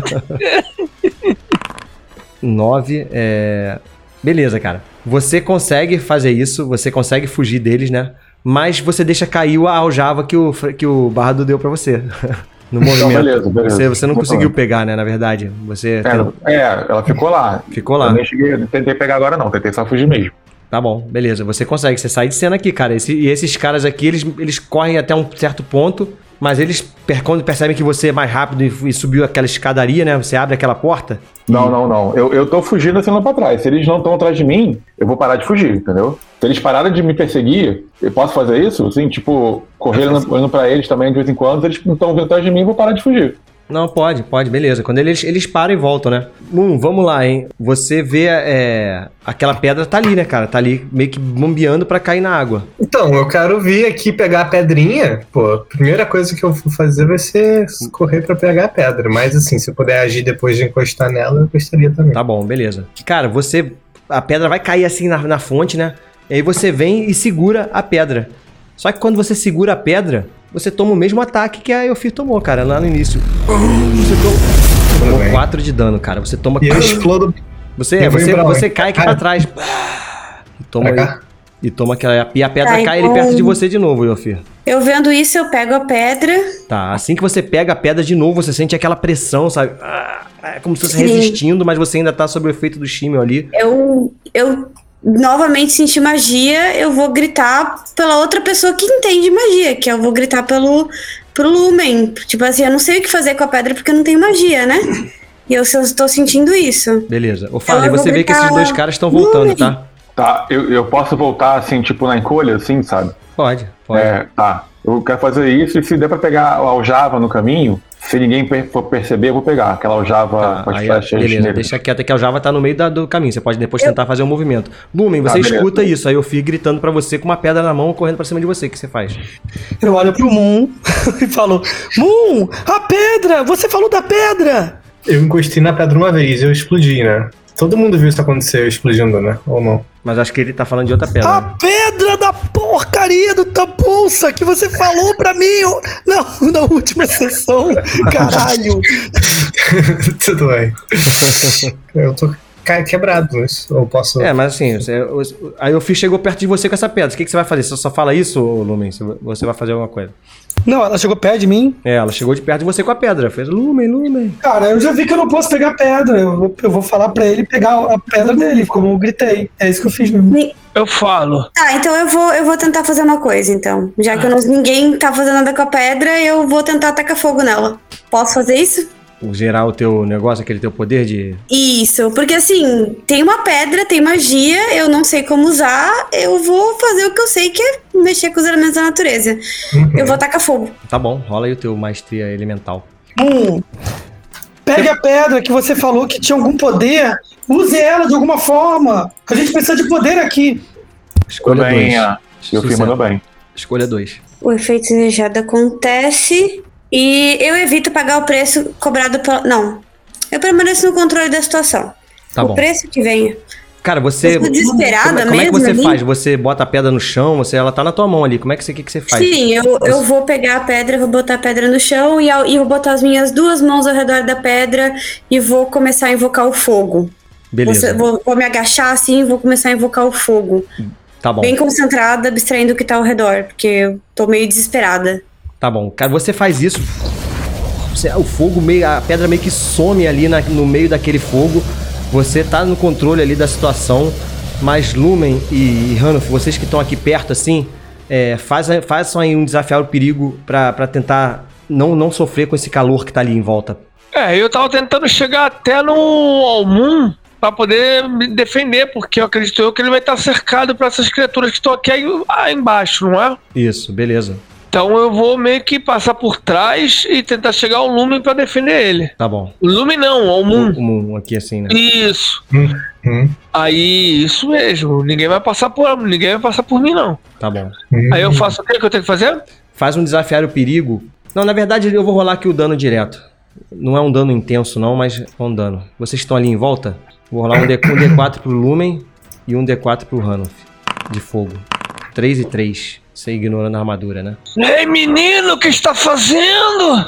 Nove, é... Beleza, cara. Você consegue fazer isso, você consegue fugir deles, né? Mas você deixa cair a aljava que o, que o Bardo deu pra você. No movimento. Então, beleza, beleza. Você, você não conseguiu pegar, né, na verdade. Você é, tem... é, ela ficou lá. Ficou lá. Eu nem cheguei, não tentei pegar agora não, tentei só fugir mesmo. Tá bom, beleza. Você consegue, você sai de cena aqui, cara. Esse, e esses caras aqui, eles, eles correm até um certo ponto, mas eles, quando percebem que você é mais rápido e, e subiu aquela escadaria, né, você abre aquela porta. Não, e... não, não. Eu, eu tô fugindo assim lá pra trás. Se eles não estão atrás de mim, eu vou parar de fugir, entendeu? Se eles pararem de me perseguir, eu posso fazer isso? Assim, tipo, correr indo pra eles também de vez em quando. Se eles não estão vindo atrás de mim, eu vou parar de fugir. Não, pode, pode, beleza. Quando eles, eles param e voltam, né? Hum, vamos lá, hein? Você vê é, aquela pedra tá ali, né, cara? Tá ali meio que bombeando pra cair na água. Então, eu quero vir aqui pegar a pedrinha. Pô, a primeira coisa que eu vou fazer vai ser correr pra pegar a pedra. Mas assim, se eu puder agir depois de encostar nela, eu gostaria também. Tá bom, beleza. Cara, você... A pedra vai cair assim na, na fonte, né? E aí você vem e segura a pedra. Só que quando você segura a pedra, você toma o mesmo ataque que a Eofir tomou, cara, lá no início. Você toma, tomou quatro de dano, cara. Você toma... E eu explodo... Você, eu você, pra você cai aqui pra trás. E toma, e toma aquela... E a pedra Tá, cai então... ali perto de você de novo, Eofir. Eu vendo isso, eu pego a pedra. Tá, assim que você pega a pedra de novo, você sente aquela pressão, sabe? É como se fosse resistindo, mas você ainda tá sob o efeito do Shimmer ali. Eu... eu... novamente sentir magia, eu vou gritar pela outra pessoa que entende magia, que eu vou gritar pelo pro Lumen. Tipo assim, eu não sei o que fazer com a pedra porque eu não tenho magia, né? E eu só estou sentindo isso. Beleza. Ô, Fábio, você vê que esses dois caras estão voltando, Lumen. tá? Tá, eu, eu posso voltar assim, tipo na encolha, assim, sabe? Pode, pode. É, tá. Eu quero fazer isso e se der pra pegar a aljava no caminho, se ninguém per- for perceber, eu vou pegar aquela aljava Tá, com as aí, flechas beleza, negras. deixa quieto que a Java tá no meio da- do caminho. Você pode depois tentar fazer um movimento. Lumen, você Tá, beleza. escuta isso. Aí eu fico gritando pra você com uma pedra na mão, correndo pra cima de você. O que você faz? Eu olho pro Moon e falo: Moon, a pedra! Você falou da pedra! Eu encostei na pedra uma vez, eu explodi, né? Todo mundo viu isso acontecer, eu explodindo, né? Ou não? Mas acho que ele tá falando de outra pedra. A né? pedra da porcaria do Tapulsa que você falou pra mim na, na última sessão. Caralho. Tudo bem. Eu tô ca- quebrado, mas eu posso... É, mas assim, você, aí o Fih chegou perto de você com essa pedra. O que, que você vai fazer? Você só fala isso, Lumen? Você vai fazer alguma coisa? Não, ela chegou perto de mim. É, ela chegou de perto de você com a pedra. Fez Lumen, Lumen. Cara, eu já vi que eu não posso pegar a pedra. Eu vou, eu vou falar pra ele pegar a pedra dele, como eu gritei. É isso que eu fiz mesmo. Eu falo. Tá, então eu vou, eu vou tentar fazer uma coisa, então. Já que eu não, ninguém tá fazendo nada com a pedra, eu vou tentar tacar fogo nela. Posso fazer isso? Gerar o teu negócio, aquele teu poder de... Isso, porque assim, tem uma pedra, tem magia, eu não sei como usar, eu vou fazer o que eu sei, que é mexer com os elementos da natureza. Uhum. Eu vou tacar fogo. Tá bom, rola aí o teu maestria elemental. Hum, pegue a pedra que você falou que tinha algum poder, use ela de alguma forma. A gente precisa de poder aqui. Escolha Tudo bem, dois. ah, eu fui mandou bem. Escolha dois. O efeito desejado acontece e eu evito pagar o preço cobrado pela... Não, eu permaneço no controle da situação. Tá o bom. preço que venha. Cara, você... Eu tô desesperada como, como é que mesmo você ali? faz? Você bota a pedra no chão, você, ela tá na tua mão ali. Como é que você, que que você faz? Sim, eu, eu vou pegar a pedra, vou botar a pedra no chão e, ao- e vou botar as minhas duas mãos ao redor da pedra e vou começar a invocar o fogo. Beleza, Você- vou, vou me agachar assim e vou começar a invocar o fogo. tá bom. Bem concentrada, abstraindo o que tá ao redor, porque eu tô meio desesperada. Tá bom. Cara, você faz isso... Você, o fogo meio... A pedra meio que some ali na- no meio daquele fogo. Você tá no controle ali da situação. Mas Lumen e, e Hanuf, vocês que estão aqui perto, assim... É, faz, façam aí um desafiar o perigo pra, pra tentar não, não sofrer com esse calor que tá ali em volta. É, eu tava tentando chegar até no Almun pra poder me defender, porque eu acredito eu que ele vai estar cercado por essas criaturas que estão aqui aí, aí embaixo, não é? Isso, beleza. Então eu vou meio que passar por trás e tentar chegar ao Lumen pra defender ele. Tá bom. O Lumen não, ao Moon. Um, um aqui assim, né? Isso. Hum, Aí, isso mesmo. Ninguém vai passar por, ninguém vai passar por mim, não. Tá bom. hum. Aí eu faço o que que eu tenho que fazer? Faz um desafiar o perigo. Não, na verdade eu vou rolar aqui o dano direto. Não é um dano intenso não, mas é um dano. Vocês estão ali em volta? Vou rolar um, D, um D quatro pro Lumen e um D quatro pro Hanuf. De fogo. três e três. Você ignorando a armadura, né? Ei, menino, o que está fazendo?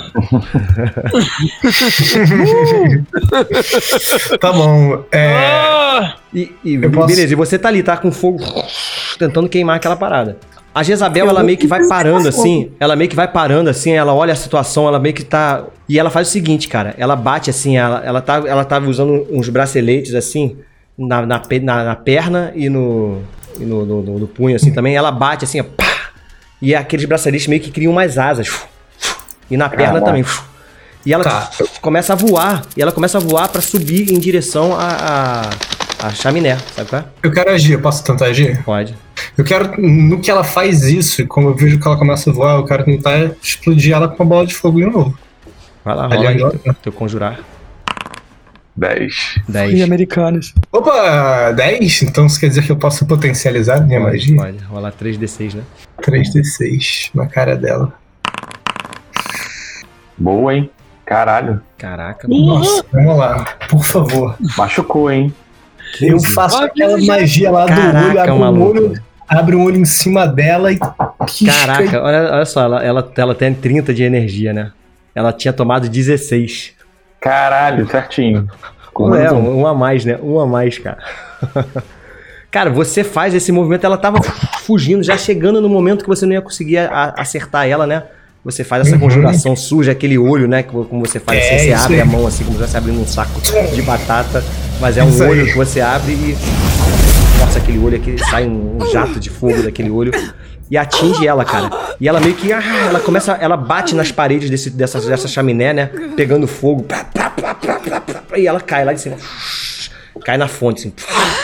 Tá bom. É, Ah, E, e Eu posso- beleza, e você tá ali, tá com fogo tentando queimar aquela parada. A Jezabel, ela meio que vai parando assim, ela meio que vai parando assim, ela olha a situação, ela meio que tá... E ela faz o seguinte, cara, ela bate assim, ela, ela, tá, ela tava usando uns braceletes assim, na, na, pe- na, na perna e no, e no, no, no- no punho assim também, ela bate assim, ó, pá, e aqueles braceletes meio que criam umas asas, e na perna Caraca. também, e ela Tá. começa a voar, e ela começa a voar pra subir em direção a, a, a chaminé, sabe qual é? eu quero agir, eu posso tentar agir? Pode. Eu quero, no que ela faz isso, e como eu vejo que ela começa a voar, eu quero tentar explodir ela com uma bola de fogo de novo. Vai lá, rola aí teu, teu conjurar. dez. dez. E americanos. Opa, dez? Então isso quer dizer que eu posso potencializar minha Pode, magia? pode. Rolar três D seis, né? três D seis na cara dela. Boa, hein? Caralho. Caraca. Nossa, vamos lá, por favor. Machucou, hein? Eu faço aquela magia lá do Caraca, olho, abre um maluco. olho, abre um olho em cima dela e pisca. Caraca, olha, olha só, ela, ela, ela tem trinta de energia, né? Ela tinha tomado dezesseis. Caralho, certinho. Com É, mais um. um, um a mais, né? Um a mais, cara. Cara, você faz esse movimento, ela tava fugindo, já chegando no momento que você não ia conseguir a- acertar ela, né? Você faz essa Uhum. conjuração, suja aquele olho, né? que- Como você faz, É, assim, você isso abre aí. a mão assim, como se você abrindo um saco de batata. Mas é um Isso aí. olho que você abre e força aquele olho aqui, sai um, um jato de fogo daquele olho e atinge ela, cara. E ela meio que, ah, ela começa, ela bate nas paredes desse, dessa, dessa chaminé, né? Pegando fogo. Pá, pá, pá, pá, pá, pá, e ela cai lá de cima. Cai na fonte, assim.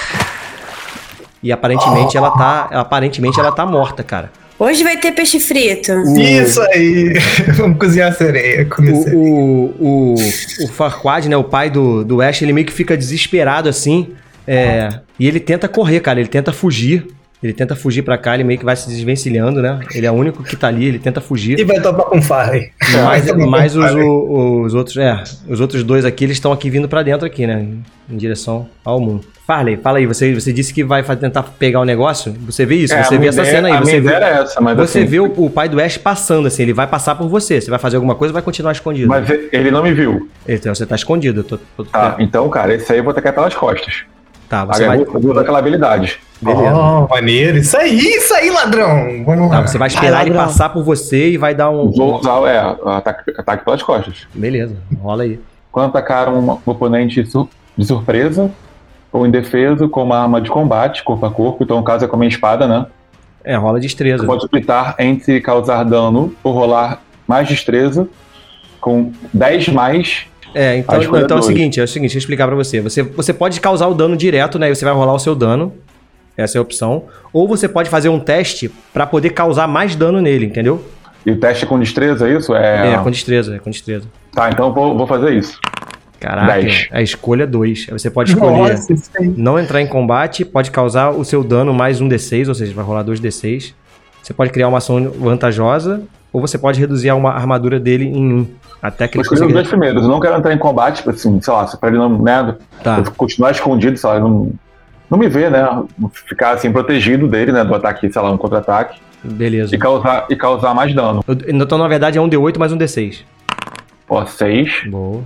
E aparentemente ela tá, aparentemente ela tá morta, cara. Hoje vai ter peixe frito. Isso aí! Vamos cozinhar a sereia. Comecei. O, o, o, o Farquaad, né, o pai do, do Ash, ele meio que fica desesperado assim, é, e ele tenta correr, cara, ele tenta fugir, ele tenta fugir pra cá, ele meio que vai se desvencilhando, né, ele é o único que tá ali, ele tenta E fugir, vai topar com Farley. mas, Vai topar mas com os, Farley. o- os outros, é, os outros dois aqui, eles estão aqui vindo pra dentro aqui, né, em, em direção ao mundo. Farley, fala aí, você, você disse que vai fa- tentar pegar o negócio, você vê isso, É, você a vê minha essa ideia- cena aí, a você minha vê, ideia era essa, mas você assim, vê o, o pai do Ash passando, assim, ele vai passar por você, você vai fazer alguma coisa ou vai continuar escondido? Mas ele não me viu. Então você tá escondido. Eu tô, tô- Tá, então, cara, esse aí eu vou tacar pelas costas. Tá, você Aí vai. eu vou, eu vou dar aquela habilidade. Beleza. Oh, maneiro. Isso aí, isso aí, ladrão. Vamos lá. Tá, você vai esperar Vai, ele ladrão. passar por você e vai dar um. Vou usar, é, ataque, ataque pelas costas. Beleza, rola aí. Quando atacar um oponente sur- de surpresa ou indefeso com uma arma de combate, corpo a corpo, então no caso é com a minha espada, né? É, rola destreza. Você pode optar entre causar dano ou rolar mais destreza com dez mais. É, então, A escolha então é o dois. seguinte, é o seguinte, deixa eu explicar pra você. você. Você pode causar o dano direto, né? E você vai rolar o seu dano. Essa é a opção. Ou você pode fazer um teste pra poder causar mais dano nele, entendeu? E o teste é com destreza, é isso? É, É, com destreza, é com destreza. Tá, então eu vou, vou fazer isso. Caraca, dez. a escolha dois. Aí você pode escolher Nossa, isso aí. não entrar em combate, pode causar o seu dano mais um D seis, ou seja, vai rolar dois D seis. Você pode criar uma ação vantajosa, ou você pode reduzir a uma armadura dele em um. Até que Vou ele escolher os consiga... dois primeiros. Eu não quero entrar em combate, tipo assim, sei lá, pra ele não, né, Tá. eu continuar escondido, sei lá, não, não me ver, né? Ficar assim, protegido dele, né? Do ataque, sei lá, um contra-ataque. Beleza. E causar, e causar mais dano. Eu- Então, na verdade, é um D oito mais um D seis. Ó, seis. Boa.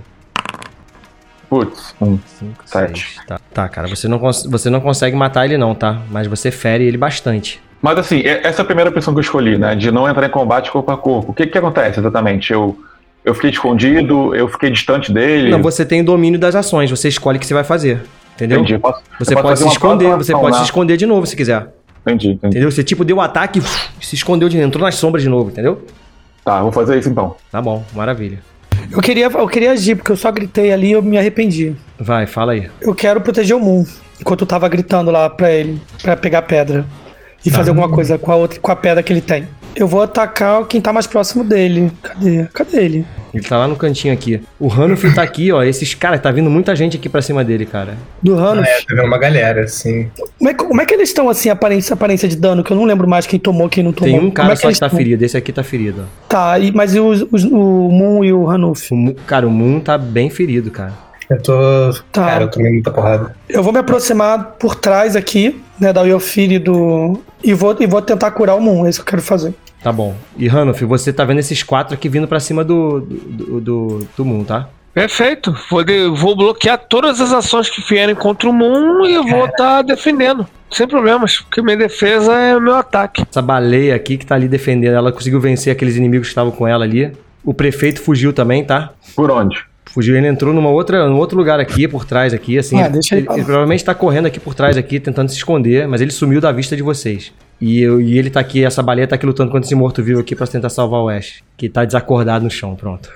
Putz, um. cinco, Sete. seis. Tá, tá, cara, você não, cons- você não consegue matar ele não, tá? Mas você fere ele bastante. Mas assim, e- essa é a primeira opção que eu escolhi, né? De não entrar em combate corpo a corpo. O que que acontece exatamente? Eu, eu fiquei escondido, eu fiquei distante dele. Não, você tem o domínio das ações, você escolhe o que você vai fazer. Entendeu? Entendi. Posso, Você eu posso pode fazer se uma esconder, próxima você ação, pode né? se esconder de novo se quiser. Entendi, entendi. Entendeu? Você tipo deu o ataque e se escondeu de entrou nas sombras de novo, entendeu? Tá, vou fazer isso então. Tá bom, maravilha. Eu queria, eu queria agir, porque eu só gritei ali e eu me arrependi. Vai, fala aí. Eu quero proteger o Moon, enquanto eu tava gritando lá pra ele, pra pegar pedra. E fazer alguma coisa com a, outra, com a pedra que ele tem. Eu vou atacar quem tá mais próximo dele. Cadê? Cadê ele? Ele tá lá no cantinho aqui. O Hanuf tá aqui, ó. Esses caras, tá vindo muita gente aqui pra cima dele, cara. Do Hanuf. É, tá vendo uma galera, assim. Como, é, que- como é que eles estão, assim, aparência, aparência de dano? Que eu não lembro mais quem tomou, quem não tomou. Tem um cara Como é que só eles que tá estão? ferido. Esse aqui tá ferido, ó. Tá, e, mas e os, os- o Moon e o Hanuf? O Mu- cara, o Moon tá bem ferido, cara. Eu tô. Tá. Cara, eu tomei muita porrada. Eu vou me aproximar por trás aqui, né, da Yofiri e do... E vou, e vou tentar curar o Moon, é isso que eu quero fazer. Tá bom. E Hanuf, você tá vendo esses quatro aqui vindo pra cima do, do, do, do Moon, tá? Perfeito. Vou, de- vou bloquear todas as ações que vierem contra o Moon e eu vou estar defendendo. Sem problemas, porque minha defesa é o meu ataque. Essa baleia aqui que tá ali defendendo, ela conseguiu vencer aqueles inimigos que estavam com ela ali. O prefeito fugiu também, tá? Por onde? Fugiu, ele entrou numa outra, num outro lugar aqui, por trás aqui, assim. Ah, ele, deixa ele ele, pra lá. ele provavelmente tá correndo aqui por trás aqui, tentando se esconder, mas ele sumiu da vista de vocês. E, eu- e ele tá aqui, essa baleia tá aqui lutando contra esse morto-vivo aqui pra tentar salvar o Ash, que tá desacordado no chão, pronto.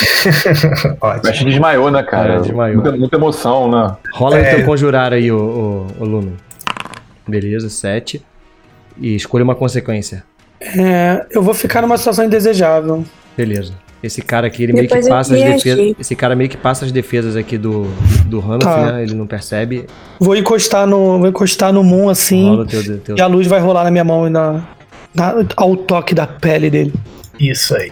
O Ótimo. Ash desmaiou, né, cara? É, desmaiou. Muita, muita emoção, né? Rola aí É. teu conjurar aí, ô, ô, ô Luno. Beleza, sete. E escolha uma consequência. É, eu vou ficar numa situação indesejável. Beleza. Esse cara aqui, ele meio Depois que eu passa as reagi. defesas. Esse cara meio que passa as defesas aqui do, do Hanuf, Tá. né? Ele não percebe. Vou encostar no, vou encostar no Moon assim. Rola o teu, teu... E a luz vai rolar na minha mão e na, na, ao toque da pele dele. Isso aí.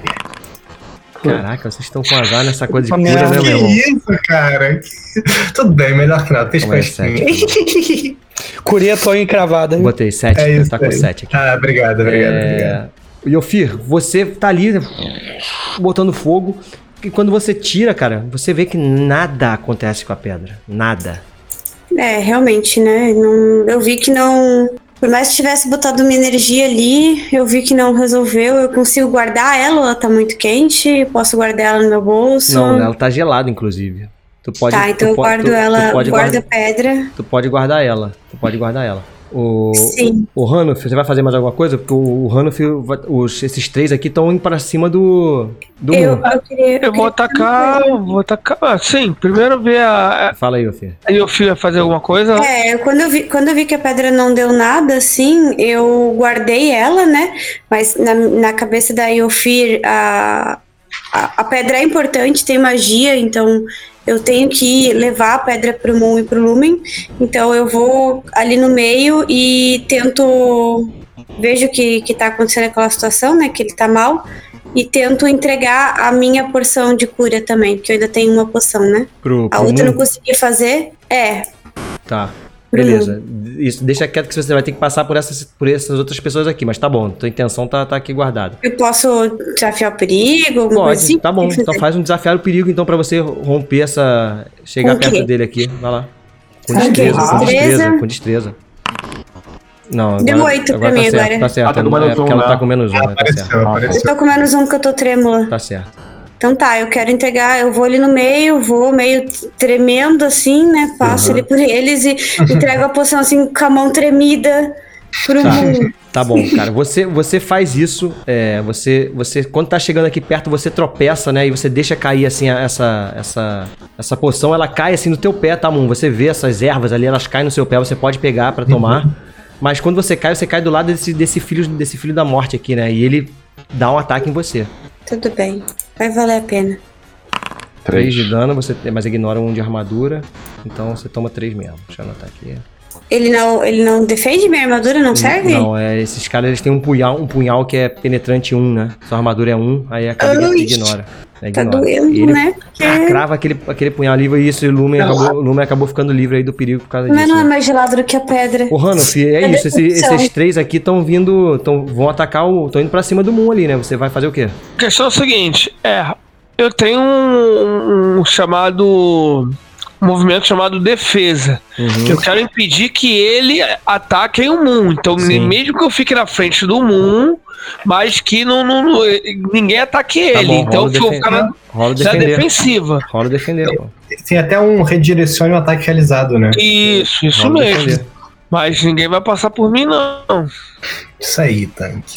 Caraca, vocês estão com azar nessa coisa de Uma cura, né, merda. meu Que irmão? isso, cara? Tudo bem, melhor que nada. Tem Como é espacinho. Curei a tua encravada. Botei sete, É isso tá com aí. sete aqui. Ah, obrigado, obrigado, É... obrigado. Yofir, você tá ali botando fogo e quando você tira, cara, você vê que nada acontece com a pedra. Nada. É, realmente, né? Não, eu vi que não. Por mais que tivesse botado uma energia ali, eu vi que não resolveu. Eu consigo guardar ela, ela tá muito quente, posso guardar ela no meu bolso. Não, ela tá gelada, inclusive. Tu pode, Tá, então tu eu po- guardo tu- tu ela, pode guardo guarda- a pedra. Tu pode guardar ela. Tu pode guardar ela. O, Sim. o Hanuf, você vai fazer mais alguma coisa? Porque o, o Hanuf, vai- os, esses três aqui estão indo pra cima do. do Eu, Moon. eu queria. Eu vou queria- atacar, vou atacar. Ah, sim, primeiro ver a. Fala aí, Yofir. Aí o filho vai fazer alguma coisa. É, eu- quando eu, vi, quando eu vi que a pedra não deu nada, assim, eu guardei ela, né? Mas na, na cabeça da Yofir, a, a, a pedra é importante, tem magia, então eu tenho que levar a pedra pro Moon e pro Lumen. Então eu vou ali no meio e tento. Vejo que, que tá acontecendo aquela situação, né? Que ele tá mal. E tento entregar a minha porção de cura também, porque eu ainda tenho uma poção, né? Pro, A pro outra eu Moon? não consegui fazer. É, Tá. Beleza. Isso, deixa quieto que você vai ter que passar por essas, por essas outras pessoas aqui, mas tá bom. Tua intenção tá, tá aqui guardada. eu posso desafiar o perigo, alguma coisa Pode, assim? tá bom. Tem que Então fazer. faz um desafiar o perigo então pra você romper essa. Chegar Com o quê? perto dele aqui. Vai lá. Com Ok, destreza, com destreza. destreza, com destreza. Não, agora, Deu oito pra agora mim tá certo, agora. Tá certo. Ah, tá com é menos porque um, ela né? tá com menos um, né? Tá Apareceu, certo. Eu apareceu. tô com menos um que eu tô trêmula. Tá certo. Então tá, eu quero entregar, eu vou ali no meio, vou meio tremendo assim, né? Passo Uhum. ali por eles e entrego a poção assim com a mão tremida pro Tá. mundo. Tá bom, cara. Você, você faz isso. É, você, você, quando tá chegando aqui perto, você tropeça, né? E você deixa cair assim a- essa, essa, essa poção. Ela cai assim no teu pé, tá, Moon? Você vê essas ervas ali, elas caem no seu pé. Você pode pegar pra tomar. Mas quando você cai, você cai do lado desse, desse filho, desse filho da morte aqui, né? E ele dá um ataque em você. Tudo bem, vai valer a pena. três de dano, você tem, mas ignora um de armadura. Então você toma três mesmo. Deixa eu anotar aqui. Ele não, ele não defende minha armadura, não serve? Não, é, esses caras eles têm um punhal, um punhal que é penetrante um, né? Sua armadura é um, aí acaba que Ai, ignora. Aí Tá ignora. doendo, E ele né? Porque ah, crava aquele, aquele punhal livre e isso, e o Lumen acabou, o Lumen acabou ficando livre aí do perigo por causa mas disso. não é né? mais gelado do que a pedra. Ô, Hanuf, é Cadê isso. a esse- opção? esses três aqui estão vindo. Tão, vão atacar o. Estão indo pra cima do Moon ali, né? Você vai fazer o quê? A questão é o seguinte, é, eu tenho um, um chamado, um movimento chamado defesa. Uhum. Eu quero impedir que ele ataque o Moon. Então, Sim. mesmo que eu fique na frente do Moon, mas que não, não- não- ninguém ataque Tá ele. bom, então, rola eu vou defen- ficar na, Rola na defender. defensiva. Rola defender, pô. Tem até um redirecione um ataque realizado, né? Isso, isso Rola mesmo. defender. Mas ninguém vai passar por mim, não. Isso aí, tanque.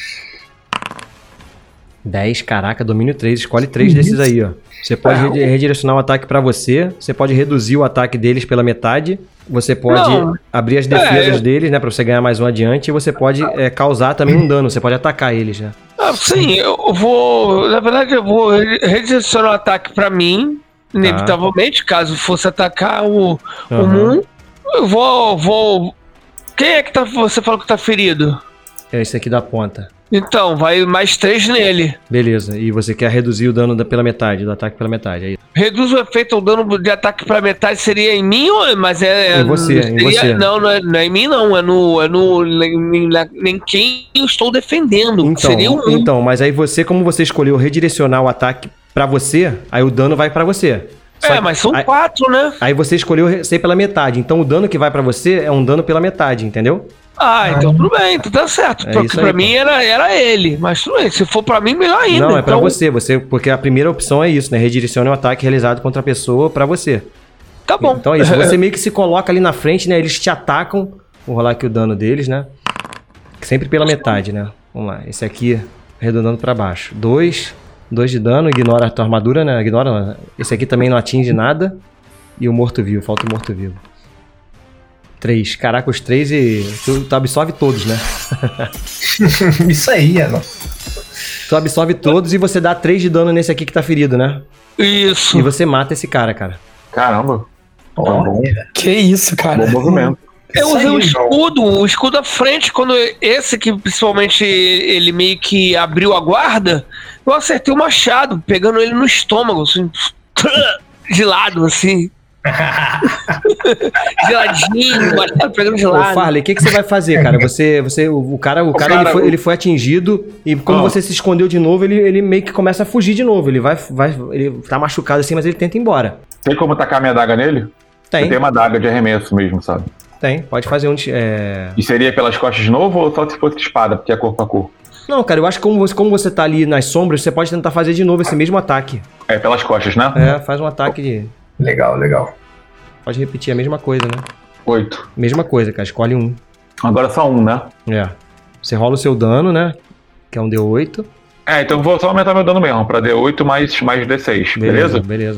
dez, caraca, domínio três. Escolhe três desses aí, ó. Você pode Ah, redi- redirecionar o ataque pra você. Você pode reduzir o ataque deles pela metade. Você pode Não. abrir as defesas É. deles, né? Pra você ganhar mais um adiante. E você pode é, causar também um dano. Você pode atacar eles, né? Ah, sim, eu vou. Na verdade, eu vou re- redirecionar o ataque pra mim, inevitavelmente, caso fosse atacar o, o Aham. Moon. Eu vou, vou. Quem é que tá, você falou que tá ferido? É esse aqui da ponta. Então, vai mais três nele. Beleza. E você quer reduzir o dano da- pela metade, do ataque pela metade. Aí. Reduz o efeito ou dano de ataque pra metade, seria em mim ou mas é. Em você, em seria- você. Não, não é, não é em mim, não. É no. É no. Nem, nem quem eu estou defendendo. Então, seria um. então, mas aí você, como você escolheu redirecionar o ataque pra você, aí o dano vai pra você. Só é, que- mas são aí, quatro, né? aí você escolheu ser pela metade. Então o dano que vai pra você é um dano pela metade, entendeu? Ah, então tudo bem, então tá certo. É porque isso aí, pra pô. mim era, era ele. Mas tudo bem, se for pra mim, melhor ainda. Não, é pra então, você, você, porque a primeira opção é isso, né? Redirecione o ataque realizado contra a pessoa pra você. Tá bom. Então é isso, você meio que se coloca ali na frente, né? Eles te atacam. Vou rolar aqui o dano deles, né? Sempre pela metade, né? Vamos lá, esse aqui arredondando pra baixo. Dois, dois de dano, ignora a tua armadura, né? Ignora. Esse aqui também não atinge nada. E o morto-vivo, falta o morto-vivo. Três. Caraca, os três e. Tu, tu absorve todos, né? Isso aí, é, não. Tu absorve todos e você dá três de dano nesse aqui que tá ferido, né? Isso. E você mata esse cara, cara. Caramba. Olha. Que isso, cara. Bom movimento. Eu Isso usei aí, o João. escudo, o escudo à frente, quando esse que principalmente ele meio que abriu a guarda, eu acertei o machado, pegando ele no estômago, assim, de lado, assim. Geladinho, machado pegando de Ô, lado. Farley, o que, que você vai fazer, cara? Você, você, o, o cara, o cara, cara, ele, foi, o- ele foi atingido e como Ah. você se escondeu de novo, ele, ele meio que começa a fugir de novo. Ele vai, vai, ele tá machucado assim, mas ele tenta ir embora. Tem como tacar minha daga nele? Tem, Eu tenho uma daga de arremesso mesmo, sabe? tem. Pode fazer um. É... E seria pelas costas de novo ou só se fosse espada, porque é corpo a corpo? Não, cara, eu acho que como você, como você tá ali nas sombras, você pode tentar fazer de novo esse mesmo ataque. É pelas costas, né? É, faz um ataque de. Legal, legal. Pode repetir a mesma coisa, né? Oito. Mesma coisa, cara. Escolhe um. Agora só um, né? É. Você rola o seu dano, né? Que é um D oito. É, então eu vou só aumentar meu dano mesmo, pra D oito mais, mais D seis, beleza? Beleza.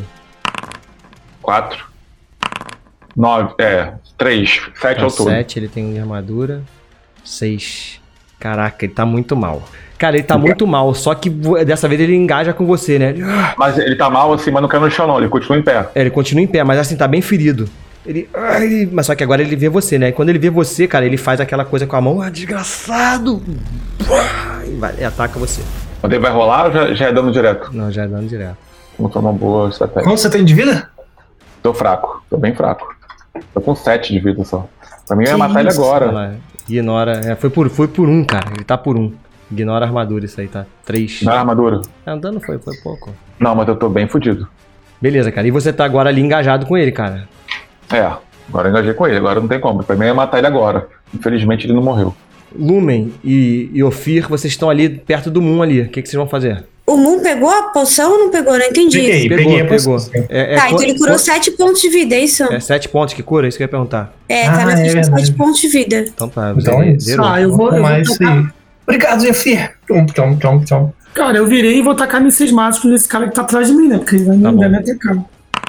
quatro. nove, é, três, sete ao todo. sete, ele tem um de armadura. seis. Caraca, ele tá muito mal. Cara, ele tá muito mal, só que vo- dessa vez ele engaja com você, né? Ele, ah, Mas ele tá mal assim, mas não caiu no chão não, ele continua em pé. é, ele continua em pé, mas assim, tá bem ferido. Ele, ah, ele- Mas só que agora ele vê você, né? E quando ele vê você, cara, ele faz aquela coisa com a mão. Ah, desgraçado! E, vai, e ataca você. Mas ele vai rolar ou já, já é dano direto? Não, já é dano direto. Vou tomar uma boa estratégia. Quanto você tem de vida? Tô fraco, tô bem fraco. Tô com sete de vida só. Pra mim eu ia Que matar ele isso, agora. Olha lá, ignora. É, foi, por, foi por um, cara. Ele tá por um. Ignora a armadura, isso aí, tá? três. Na armadura? É, o dano foi, foi pouco. Não, mas eu tô bem fudido. Beleza, cara. E você tá agora ali engajado com ele, cara. É, agora eu engajei com ele, agora não tem como. Pra mim eu ia matar ele agora. Infelizmente ele não morreu. Lumen e, e Ophir, vocês estão ali perto do Moon ali. O que, que vocês vão fazer? O Moon pegou a poção ou não pegou? Não entendi. Peguei, Pegou, peguei a pegou. posição. É, é Tá, qu- então ele curou qu- sete pontos de vida, é isso? É sete pontos que cura? Isso que eu ia perguntar. É, tá Ah, na é ficha verdade. sete pontos de vida. Então tá, Então zerei- é isso. zerou. Ah, eu vou, eu vou Mais isso tacar. aí. Obrigado, Zefir. Tchom, tchom, tchom, tchom. Cara, eu virei e vou tacar mísseis mágicos nesse cara que tá atrás de mim, né? Porque ele vai Tá me bom. me atacar.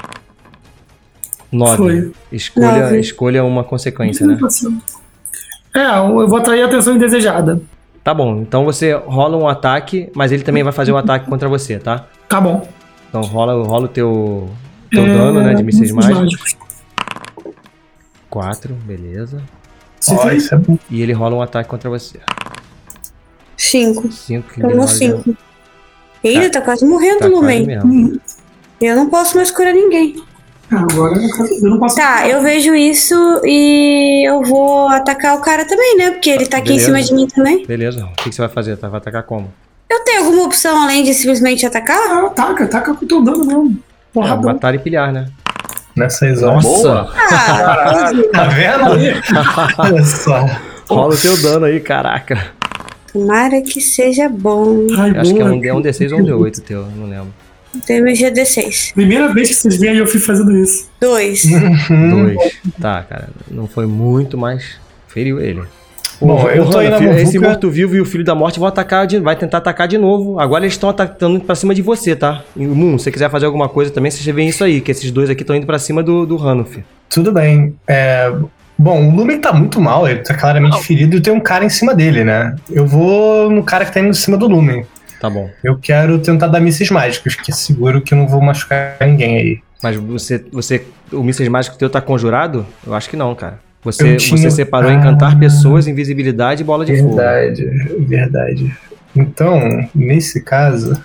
Nove. Foi. Escolha, Nove. escolha uma consequência, né? É, eu vou atrair a atenção indesejada. Tá bom, então você rola um ataque, mas ele também vai fazer um ataque contra você, tá? Tá bom. Então rola, rola o teu, teu É, dano, né, de mísseis mágicos. mágicos. Quatro, beleza. Se Ó, fez- isso é bom. E ele rola um ataque contra você. Cinco. Cinco. que Tomou ignora- cinco. Eita, tá quase morrendo, Tá quase Lumen. mesmo. Eu não posso mais curar ninguém. Ah, agora eu não posso. Tá, eu vejo isso e eu vou atacar o cara também, né? Porque ele tá aqui Beleza. em cima de mim também. Beleza. O que, que você vai fazer? Tá? Vai atacar como? Eu tenho alguma opção além de simplesmente atacar? Ah, taca, taca com o teu dano mesmo. É, Porradão. matar e pilhar, né? Nessas horas. Nossa! Ah, Tá vendo? Olha só. Rola o teu dano aí, caraca. tomara que seja bom. Ai, Eu acho que é boa. um, D- é um D seis ou um D oito teu, não lembro. Tem meu G D seis. Primeira vez que vocês veem eu fui fazendo isso. Dois. Hum. Dois. Tá, cara. Não foi muito, mas feriu ele. Bom, O- eu o tô aí na Hanna, esse muvuca. morto-vivo e o filho da morte vão atacar, de, vai tentar atacar de novo. Agora eles estão atacando pra cima de você, tá? E, Moon, se você quiser fazer alguma coisa também, você vê isso aí, que esses dois aqui estão indo pra cima do, do Hanuf. Tudo bem. É, bom, o Lumen tá muito mal, ele tá claramente ferido e tem um cara em cima dele, né? Eu vou no cara que tá indo em cima do Lumen. Tá bom. Eu quero tentar dar mísseis mágicos, que é seguro que eu não vou machucar ninguém aí. Mas você, você o mísseis mágico teu tá conjurado? Eu acho que não, cara. Você, Eu tinha- você separou Ah. encantar pessoas, invisibilidade e bola de fogo. Verdade, verdade. Então, nesse caso.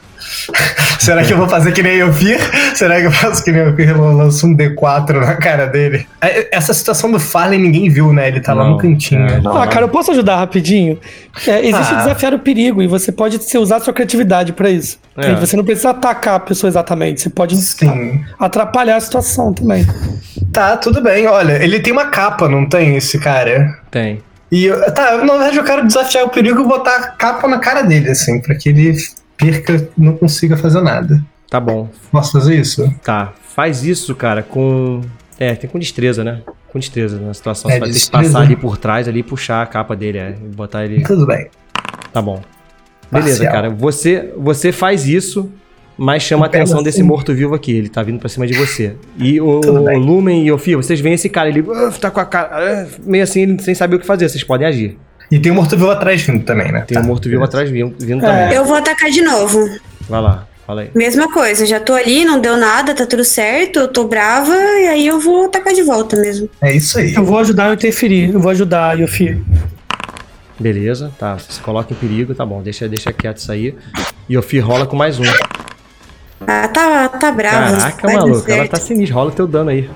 Será que eu vou fazer que nem eu vi? Será que eu faço que nem eu vi? Eu lanço um D quatro na cara dele? É, essa situação do Farley ninguém viu, né? Ele tá lá Não, no cantinho. é. Não, ah, não. cara, eu posso ajudar rapidinho? É, existe Ah. desafiar o perigo e você pode se usar sua criatividade pra isso. É. Você não precisa atacar a pessoa exatamente, você pode Sim. atrapalhar a situação também. Tá, tudo bem. Olha, ele tem uma capa, não tem esse cara? Tem. E eu, tá, na verdade eu quero desafiar o perigo e botar a capa na cara dele, assim, pra que ele perca, não consiga fazer nada. Tá bom. Posso fazer isso? Tá. Faz isso, cara, com. É, tem com destreza, né? Com destreza na situação. É, Você vai ter que destreza. passar ali por trás ali e puxar a capa dele, é. E botar ele. Tudo bem. Tá bom. Beleza, Parcial. cara. Você, você faz isso, mas chama a Eu pego atenção assim. desse morto-vivo aqui. Ele tá vindo pra cima de você. E o, Tudo bem. Lumen e o Fio, vocês veem esse cara, ele "Ah, tá com a cara. ah", meio assim, ele sem saber o que fazer. Vocês podem agir. E tem um morto-vivo atrás vindo também, né? Tem um Tá. morto-vivo atrás vindo, vindo É. também. Eu vou atacar de novo. Vai lá, fala aí. Mesma coisa, já tô ali, não deu nada, tá tudo certo, eu tô brava, e aí eu vou atacar de volta mesmo. É isso aí. Eu vou ajudar a interferir. Eu vou ajudar, Yofi. Beleza, tá. Você se coloca em perigo, tá bom. Deixa, deixa quieto isso aí. E o Fi rola com mais um. Ah, tá, tá brava. Caraca, vai dar maluco, ela certo. tá sinistra. Rola o teu dano aí.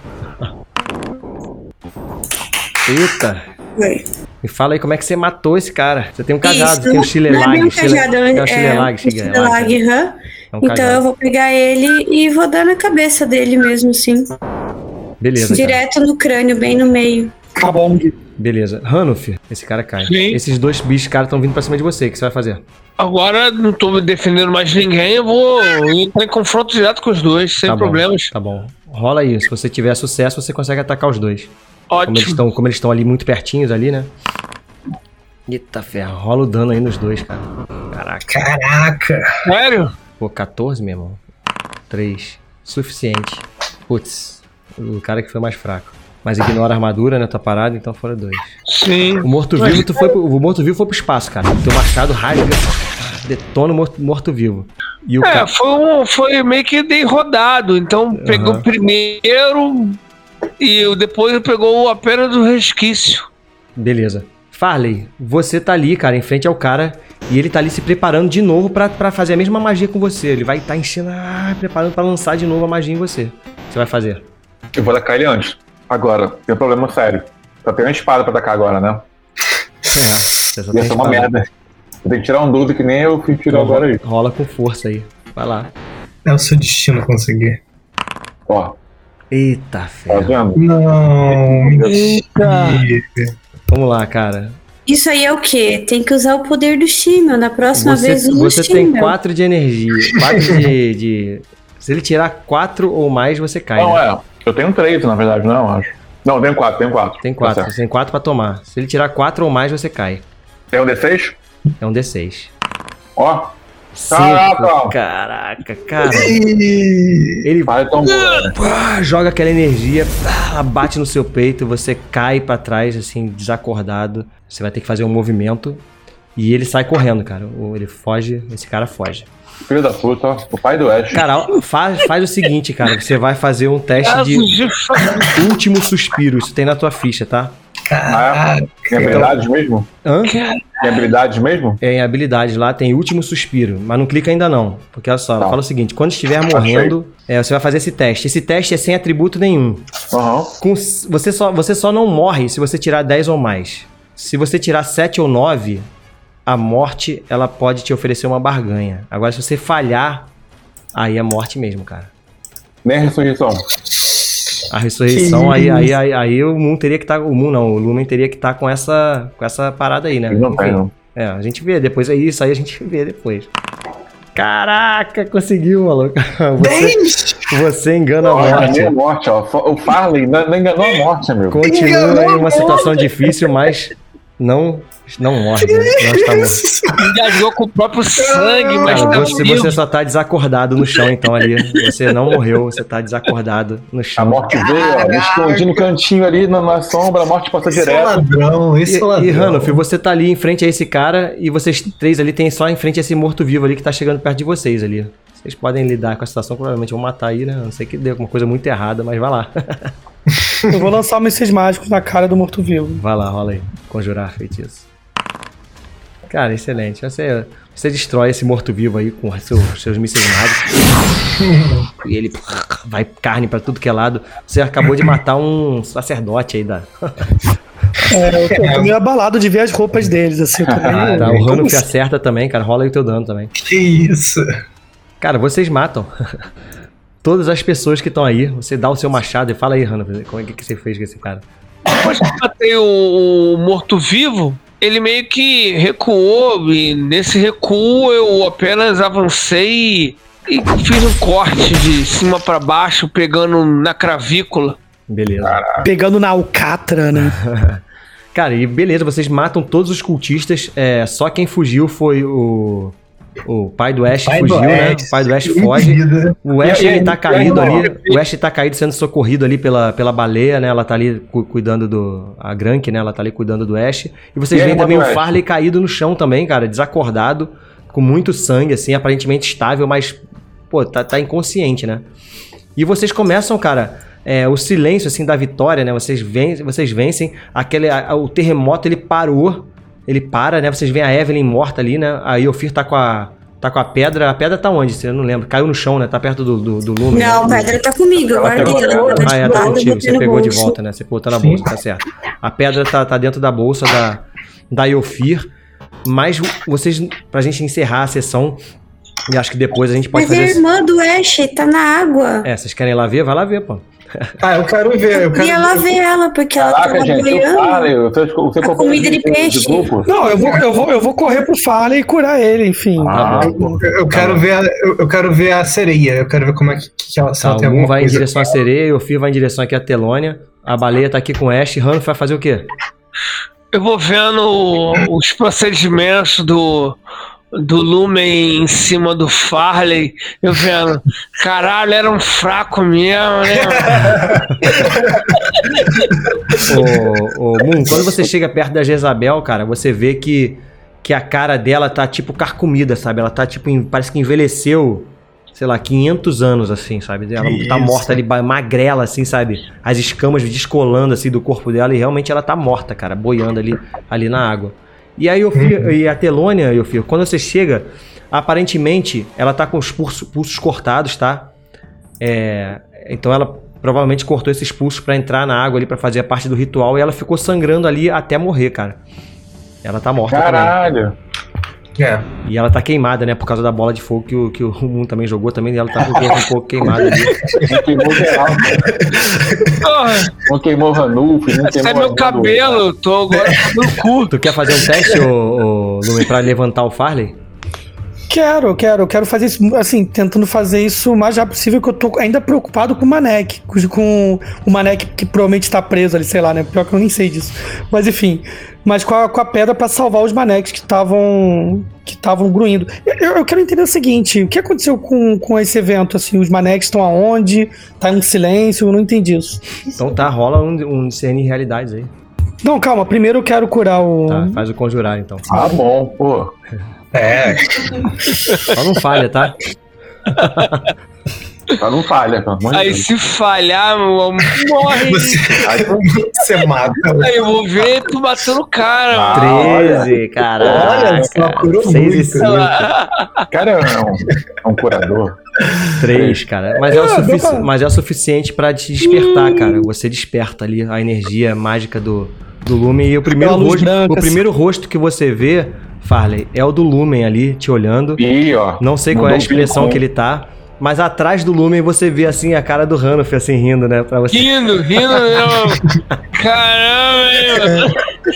Eita. Foi. Me fala aí como é que você matou esse cara. Você tem um cajado, Isso, você tem um não é bem Chilelag. um cajado, É o é, Chilelag, um Chilelag. Chilelag, aham. É um Então cajado. eu vou pegar ele e vou dar na cabeça dele mesmo, sim. Beleza, cara. Direto no crânio, bem no meio. Tá bom. Beleza. Hanuf, esse cara cai. Sim. Esses dois bichos, cara, estão vindo pra cima de você. O que você vai fazer? Agora não tô me defendendo mais ninguém, eu vou entrar em confronto direto com os dois, sem Tá bom, problemas. Tá bom. Rola aí. Se você tiver sucesso, você consegue atacar os dois. Como eles Ótimo. estão, como eles estão ali muito pertinhos ali, né? Eita ferro, rola o dano aí nos dois, cara. Caraca. Caraca. Sério? Pô, catorze, meu irmão. três. Suficiente. Putz, o cara que foi mais fraco. Mas ignora a armadura, né? Tá parado, então foram dois. Sim. O morto-vivo, tu foi pro, o morto-vivo foi pro espaço, cara. O teu machado rasga, detona o morto- morto-vivo. E o É, ca... foi, um, foi meio que dei rodado, então pegou Aham. primeiro e depois pegou apenas do resquício. Beleza. Farley, você tá ali, cara, em frente ao cara. E ele tá ali se preparando de novo pra, pra fazer a mesma magia com você. Ele vai estar tá enchendo, ah, preparando pra lançar de novo a magia em você. O que você vai fazer? Eu vou atacar ele antes. Agora, tem um problema sério. Só tem uma espada pra atacar agora, né? É, você só Ia tem ser uma espada. merda. Eu tenho que tirar um dúvida que nem eu fui tirar Então, agora aí. rola com força aí. Vai lá. É o seu destino conseguir. Ó, Eita, tá ferro. vendo? Não, mentira. Vamos lá, cara. Isso aí é o quê? Tem que usar o poder do Shimel. Na próxima Você, vez, um você tem Shimel. quatro de energia. quatro de, de. Se ele tirar quatro ou mais, você cai. Não, né? é. Eu tenho três, na verdade, não, eu acho. Não, eu tenho quatro, tenho quatro. Tem Tá quatro. certo. Você tem quatro pra tomar. Se ele tirar quatro ou mais, você cai. Tem um D seis? É um D seis. Ó, Cinco. Caraca! Caraca, cara. Ih, Ele vai tão boa. pá, joga aquela energia, pá, ela bate no seu peito, você cai pra trás, assim, desacordado. Você vai ter que fazer um movimento. E ele sai correndo, cara. O- Ele foge, esse cara foge. Filho da puta, ó. O pai do Ash. Cara, ó, faz, faz o seguinte, cara. Você vai fazer um teste Ah, de fugiu. último suspiro. Isso tem na tua ficha, tá? Ah, é? Tem habilidades mesmo? Hã? Tem habilidades mesmo? É, em habilidades lá tem último suspiro, mas não clica ainda não. Porque olha só, ela Tá. fala o seguinte: quando estiver morrendo, é, você vai fazer esse teste. Esse teste é sem atributo nenhum. Aham. Com- você, só, você só não morre se você tirar dez ou mais. Se você tirar sete ou nove, a morte ela pode te oferecer uma barganha. Agora, se você falhar, aí é morte mesmo, cara. Nem a ressurreição. A ressurreição, aí, aí, aí, aí o Moon teria que estar. O Moon não, o Lumen teria que estar com essa, com essa parada aí, né? Ele não tem, Enfim. não. É, a gente vê depois, é isso aí a gente vê depois. Caraca, conseguiu, maluco. Você, você engana a Olha, morte. nem a morte, ó. O Farley não, não enganou a morte, amigo. Continua em uma situação difícil, mas não, não morre, né? Não está morto. Engasgou com o próprio sangue, mas Cara, tá você, vivo. você só tá desacordado no chão, então, ali. Você não morreu, você tá desacordado no A chão. morte veio, ó. Me escondi no cantinho ali, na, na sombra, a morte passou esse é direto. ladrão, esse E, é ladrão. e Hanuf, você tá ali em frente a esse cara e vocês três ali tem só em frente a esse morto-vivo ali que tá chegando perto de vocês ali. Vocês podem lidar com a situação, provavelmente vão matar aí, né? A não sei que dê alguma coisa muito errada, mas vai lá. Eu vou lançar mísseis mágicos na cara do morto-vivo. Vai lá, rola aí. Conjurar feitiço. Cara, excelente. Você, você destrói esse morto-vivo aí com seu, seus mísseis mágicos. E ele vai carne pra tudo que é lado. Você acabou de matar um sacerdote aí da. É, eu tô meio abalado de ver as roupas deles, assim. Eu tô meio- Ah, tá. O como Hanuf assim? acerta também, cara. Rola aí o teu dano também. Que isso? Cara, vocês matam todas as pessoas que estão aí. Você dá o seu machado e fala aí, Hanuf, como é que que você fez com esse cara? Depois que eu matei o, o morto-vivo, ele meio que recuou, e nesse recuo eu apenas avancei e, e fiz um corte de cima pra baixo, pegando na cravícula. Beleza. Pegando na alcatra, né? Cara, e beleza, vocês matam todos os cultistas. É, só quem fugiu foi o. O pai do Ash Pai fugiu, do né? Ash, O pai do Ash em foge. vida. O Ash, E aí, ele tá e aí, caído não, ali. O Ash tá caído sendo socorrido ali pela, pela baleia, né? Ela tá ali cu- cuidando do... A Grank, né? Ela tá ali cuidando do Ash. E vocês E aí, veem também o mano, Ash? Farley caído no chão também, cara. Desacordado. Com muito sangue, assim. Aparentemente estável, mas... Pô, tá, tá inconsciente, né? E vocês começam, cara... É, o silêncio, assim, da vitória, né? Vocês, ven vocês vencem. Aquele, a, o terremoto, ele parou. Ele para, né? Vocês veem a Evelyn morta ali, né? A Iofir tá com a... Tá com a pedra. A pedra tá onde? Eu não lembro. Caiu no chão, né? Tá perto do, do, do lume. Não, a né? pedra tá comigo, eu guardei pegou, ela. Ah, é, tá contigo. Você pegou de volta, né? Você botou na Sim. bolsa, tá certo. A pedra tá, tá dentro da bolsa da, da Iofir. Mas vocês, pra gente encerrar a sessão, e acho que depois a gente pode Mas fazer... a esse- irmã do Ash tá na água. É, vocês querem ir lá ver? Vai lá ver, pô. Ah, eu quero ver. Eu Eu quero ia lá ver ela, porque ela Caraca, tava gente, eu boiando. falei, você, você A comida de peixe. grupo. Não, eu vou, eu vou, eu vou correr pro Farley e curar ele, enfim. Ah, Eu, eu quero ver a, eu, eu quero ver a sereia. Eu quero ver como é que, que ela, se Tá, ela tem um alguma vai em coisa. direção à sereia, Iofir vai em direção aqui à Telônia. A baleia tá aqui com o Ash. Hanf vai fazer o quê? Eu vou vendo os procedimentos do, do Lumen em cima do Farley. Eu vendo, caralho, era um fraco mesmo, né? Ô, ô, Moon, quando você chega perto da Jezabel, cara, você vê que, que a cara dela tá tipo carcomida, sabe? Ela tá tipo, em- parece que envelheceu, sei lá, quinhentos anos, assim, sabe? Ela Que tá isso. morta ali, ba- magrela, assim, sabe? As escamas descolando, assim, do corpo dela e realmente ela tá morta, cara, boiando ali, ali na água. E aí, Iofir, e a Telônia, Iofir, quando você chega, aparentemente, ela tá com os pulsos, pulsos cortados, tá? É, então ela provavelmente cortou esses pulsos pra entrar na água ali, pra fazer a parte do ritual, e ela ficou sangrando ali até morrer, cara. Ela tá morta também. Caralho. É. E ela tá queimada, né? Por causa da bola de fogo que o, que o Moon também jogou também. Ela tá com o corpo um pouco queimada ali. Não queimou geral. Porra, Não queimou Ranulf, não esse queimou... é meu cabelo, tô agora no cu. Tu quer fazer um teste, ô, ô, Lumen, pra levantar o Farley? Quero, quero, quero fazer isso, assim, tentando fazer isso o mais rápido possível, que eu tô ainda preocupado com o Manek, com, com o Manek que provavelmente tá preso ali, sei lá, né? Pior que eu nem sei disso. Mas enfim, mas com a, com a pedra pra salvar os Maneks que estavam que estavam gruindo. Eu, eu quero entender o seguinte, o que aconteceu com, com esse evento, assim, os Maneks estão aonde? Tá em um silêncio, eu não entendi isso. Então tá, rola um, um discernir realidades aí. Não, calma, primeiro eu quero curar o... Tá, faz o conjurar então. Ah, bom, pô. É. Só não falha, tá? Só não falha, pelo amor de Aí Deus. se falhar, meu amor, morre. Você, você mata. Aí eu vou ver tu batendo o cara. Ah, treze, caralho. Olha, só curou seis e muito. cinco. O cara é um, é um curador. três, cara. Mas é, o Ah, sufici- deu pra- mas é o suficiente pra te despertar, cara. Você desperta ali a energia mágica do, do Lumen. E o primeiro, Aquela luz rosto, branca, o primeiro rosto que você vê, Farley, é o do Lumen ali, te olhando. E, ó. Não sei qual é a mudou o expressão Pincon. que ele tá. Mas atrás do Lumen você vê assim a cara do Ranulf assim rindo, né? Pra você. Rindo, rindo mesmo. Caramba,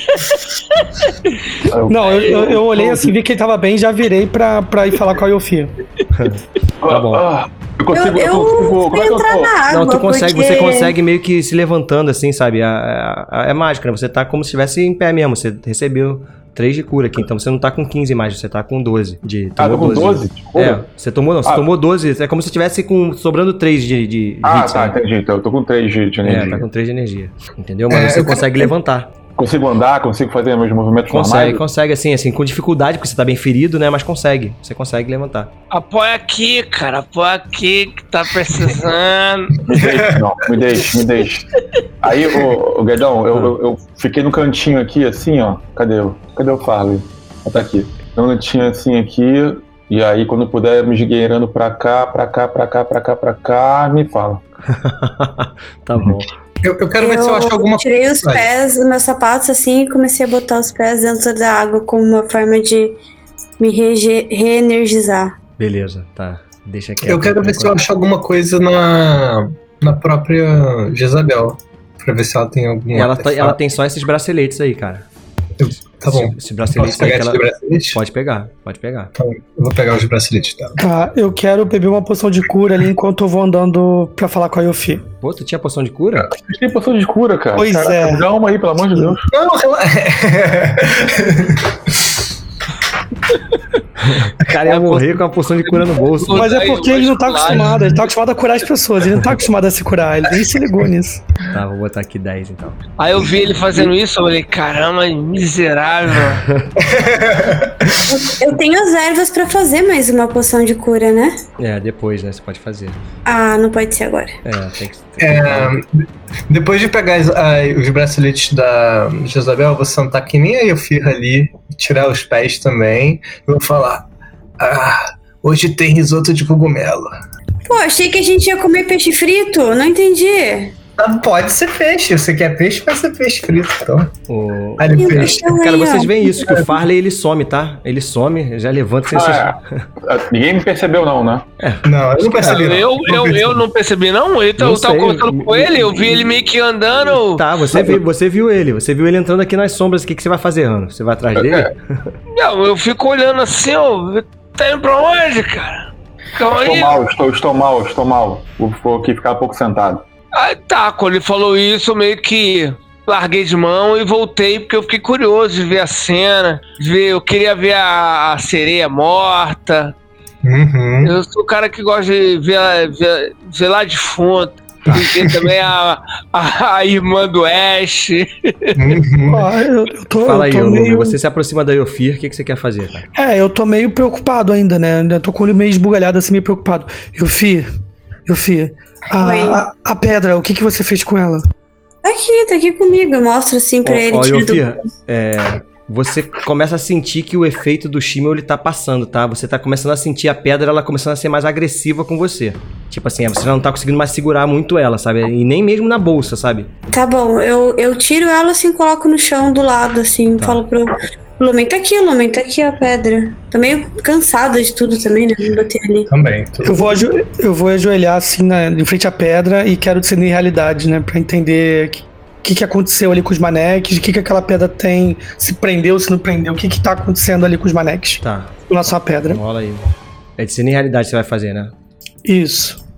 meu. Não, eu, eu, eu olhei assim, vi que ele tava bem, já virei pra, pra ir falar com a Iofia. Tá bom. Ah, eu Eu, consigo. Eu, eu consigo fui como é que eu entrar tô? na água, Não, tu consegue, porque... você consegue meio que se levantando assim, sabe? A- a- a- é mágica, né? Você tá como se estivesse em pé mesmo. Você recebeu três de cura aqui, então você não tá com quinze mais, você tá com doze. De, Ah, tô tomou com doze? Pô. É, você tomou não, você Ah. tomou doze. É como se tivesse com, sobrando três de, de, de Ah, hits, tá, né? entendi. Então eu tô com três de, de É, energia. tá com três de energia. Entendeu? Mas É, você eu quero- consegue levantar. Consigo andar, consigo fazer meus movimentos Consegue, normais? consegue, assim, assim, com dificuldade, porque você tá bem ferido, né? Mas consegue. Você consegue levantar. Apoia aqui, cara. Apoia aqui que tá precisando. Me deixe, não, me deixe, me deixe. Aí, ô, ô Guedão, eu, eu, eu fiquei no cantinho aqui, assim, ó. Cadê o, cadê o Farley? Ah, tá aqui. No cantinho assim aqui, e aí quando eu puder me esgueirando pra cá, pra cá, pra cá, pra cá, pra cá, me fala. Tá bom. Eu, eu quero ver se eu acho alguma tirei coisa. os pés dos meus sapatos assim e comecei a botar os pés dentro da água como uma forma de me rege- reenergizar. Beleza, tá. Deixa aqui. Eu quero ver se eu acho alguma coisa na, na própria Jezabel. Pra ver se ela tem algum. Ela, tá- artefato. ela tem só esses braceletes aí, cara. Tá bom. Esse, esse bracelete Posso aí pegar que esse ela... bracelete? Pode pegar, pode pegar. Então, eu vou pegar os braceletes dela. Tá, eu quero beber uma poção de cura ali enquanto eu vou andando pra falar com a Iofia. Pô, tu tinha poção de cura? Tem poção de cura, cara. Pois Caraca, é. me dá uma aí, pelo amor de Deus. Não, relaxa. O cara ia morrer com a poção de cura no bolso. Mas é porque ele não tá acostumado, ele tá acostumado a curar as pessoas, ele não tá acostumado a se curar, ele nem se ligou nisso. Tá, vou botar aqui dez então. Aí eu vi ele fazendo isso, eu falei, caramba, miserável. Eu tenho as ervas pra fazer mais uma poção de cura, né? É, depois, né? Você pode fazer. Ah, não pode ser agora. É, tem que... Tem É, depois de pegar as- a- os braceletes da Jezabel, eu vou sentar que nem a Yofir ali, tirar os pés também, e vou falar: Ah, hoje tem risoto de cogumelo. Pô, achei que a gente ia comer peixe frito, não entendi. Ah, pode ser peixe, você quer peixe, vai ser peixe frito, então. O... Olha o Meu peixe. Deus. Cara, vocês veem isso, que o Farley ele some, tá? Ele some, já levanta sem vocês... Ah, é. Ninguém me percebeu, não, né? Não, eu não percebi. não. Eu, eu, eu não percebi, não. Eu, Não eu tava sei. conversando com ele, eu vi ele meio que andando. Tá, você viu, você viu ele, você viu ele entrando aqui nas sombras, o que, que você vai fazer, Ano? Você vai atrás dele? Não, eu fico olhando assim, ó. Tá indo pra onde, cara? Calma Estou aí. mal, estou, estou mal, estou mal. Vou, vou aqui ficar um pouco sentado. Aí tá, quando ele falou isso, eu meio que larguei de mão e voltei, porque eu fiquei curioso de ver a cena. De ver, eu queria ver a, a sereia morta. Uhum. Eu sou o cara que gosta de ver, ver, ver lá de fundo. E ver também a, a, a irmã do Ash. Uhum. Ó, eu, eu tô, Fala aí, eu tô Lume, meio... você se aproxima da Yofir, o que, que você quer fazer, cara? É, eu tô meio preocupado ainda, né? Ainda tô com o olho meio esbugalhado, assim, meio preocupado. Eu fi, eu fi. A, Oi. a, a pedra, o que, que você fez com ela? Tá aqui, tá aqui comigo. Eu mostro assim pra ele. Ó, ó, tiro do- Yofir, é, você começa a sentir que o efeito do Shimmel ele tá passando, tá? Você tá começando a sentir a pedra, ela começando a ser mais agressiva com você. Tipo assim, você já não tá conseguindo mais segurar muito ela, sabe? E nem mesmo na bolsa, sabe? Tá bom, eu, eu tiro ela assim, coloco no chão do lado, assim. Tá. Falo pro Lumen, tá aqui, Lumen, tá aqui a pedra. Tô meio cansada de tudo também, né? Me bater ali. Também. tudo. Eu vou, ajo- eu vou ajoelhar, assim, na, em frente à pedra e quero discernir realidade, né? Pra entender o que, que, que aconteceu ali com os maneques, o que, que aquela pedra tem, se prendeu, se não prendeu, o que, que tá acontecendo ali com os maneques Tá, com relação à pedra. rola aí. É de ser realidade que você vai fazer, né? Isso.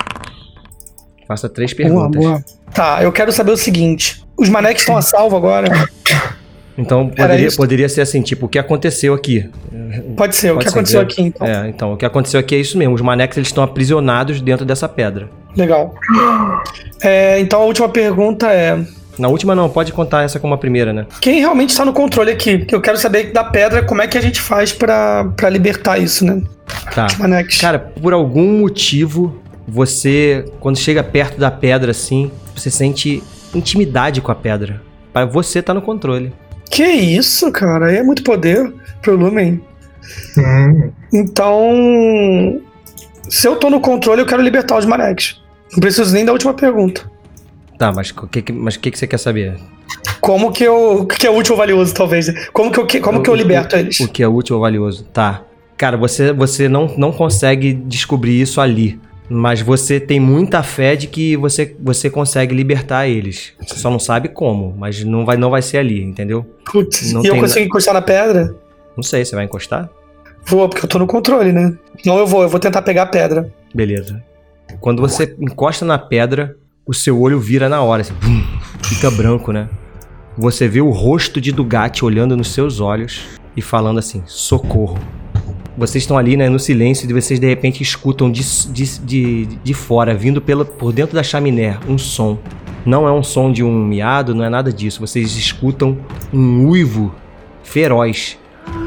Faça três Boa, perguntas. boa. Tá, eu quero saber o seguinte: os maneques estão a salvo agora? Então Era poderia, isso? poderia ser assim, tipo, o que aconteceu aqui? Pode ser, o Pode que ser, aconteceu né? aqui, então. É, então, o que aconteceu aqui é isso mesmo. Os maneques eles estão aprisionados dentro dessa pedra. Legal. É, então a última pergunta é: Na última não, pode contar essa como a primeira, né? quem realmente está no controle aqui? Porque eu quero saber da pedra como é que a gente faz pra, pra libertar isso, né? Tá. Os maneques. Cara, por algum motivo, você, quando chega perto da pedra assim, você sente intimidade com a pedra. Para você tá no controle. Que isso, cara? Aí é muito poder pro Lumen. Hum. Então, se eu tô no controle, eu quero libertar os maneques. Não preciso nem da última pergunta. Tá, mas o que, que- mas que, que você quer saber? Como que eu. O que é útil ou valioso, talvez? Como que eu, que- como que eu O- liberto o, eles? O que é útil ou valioso? Tá. Cara, você, você não, não consegue descobrir isso ali. Mas você tem muita fé de que você, você consegue libertar eles. Você só não sabe como, mas não vai, não vai ser ali, entendeu? Putz, não e eu tem consigo encostar na pedra? Não sei, você vai encostar? Vou, porque eu tô no controle, né? Não, eu vou, eu vou tentar pegar a pedra. Beleza. Quando você encosta na pedra, o seu olho vira na hora, assim, pum, fica branco, né? Você vê o rosto de Dugatti olhando nos seus olhos e falando assim, socorro. Vocês estão ali, né, no silêncio, e vocês de repente escutam de, de, de, de fora, vindo pela, por dentro da chaminé, um som. Não é um som de um miado, não é nada disso. Vocês escutam um uivo feroz.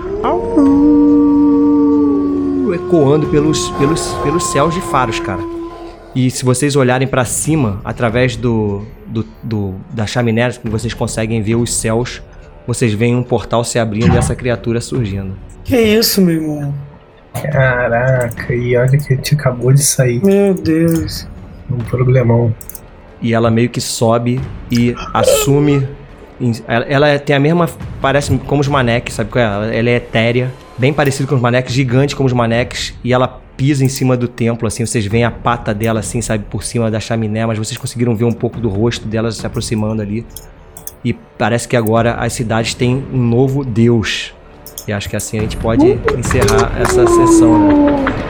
Ecoando pelos, pelos, pelos céus de Faros, cara. E se vocês olharem pra cima, através do, do, do da chaminé, que vocês conseguem ver os céus, vocês veem um portal se abrindo e essa criatura surgindo. Que isso, meu irmão? Caraca, e olha que a gente acabou de sair. Meu Deus. Um problemão. E ela meio que sobe e assume... Ela, ela tem a mesma... Parece como os maneques, sabe qual é? Ela, ela é etérea, bem parecida com os maneques, gigante como os maneques, e ela pisa em cima do templo, assim, vocês veem a pata dela, assim, sabe, por cima da chaminé, mas vocês conseguiram ver um pouco do rosto dela se aproximando ali. E parece que agora as cidades têm um novo deus. E acho que assim a gente pode encerrar essa sessão, né?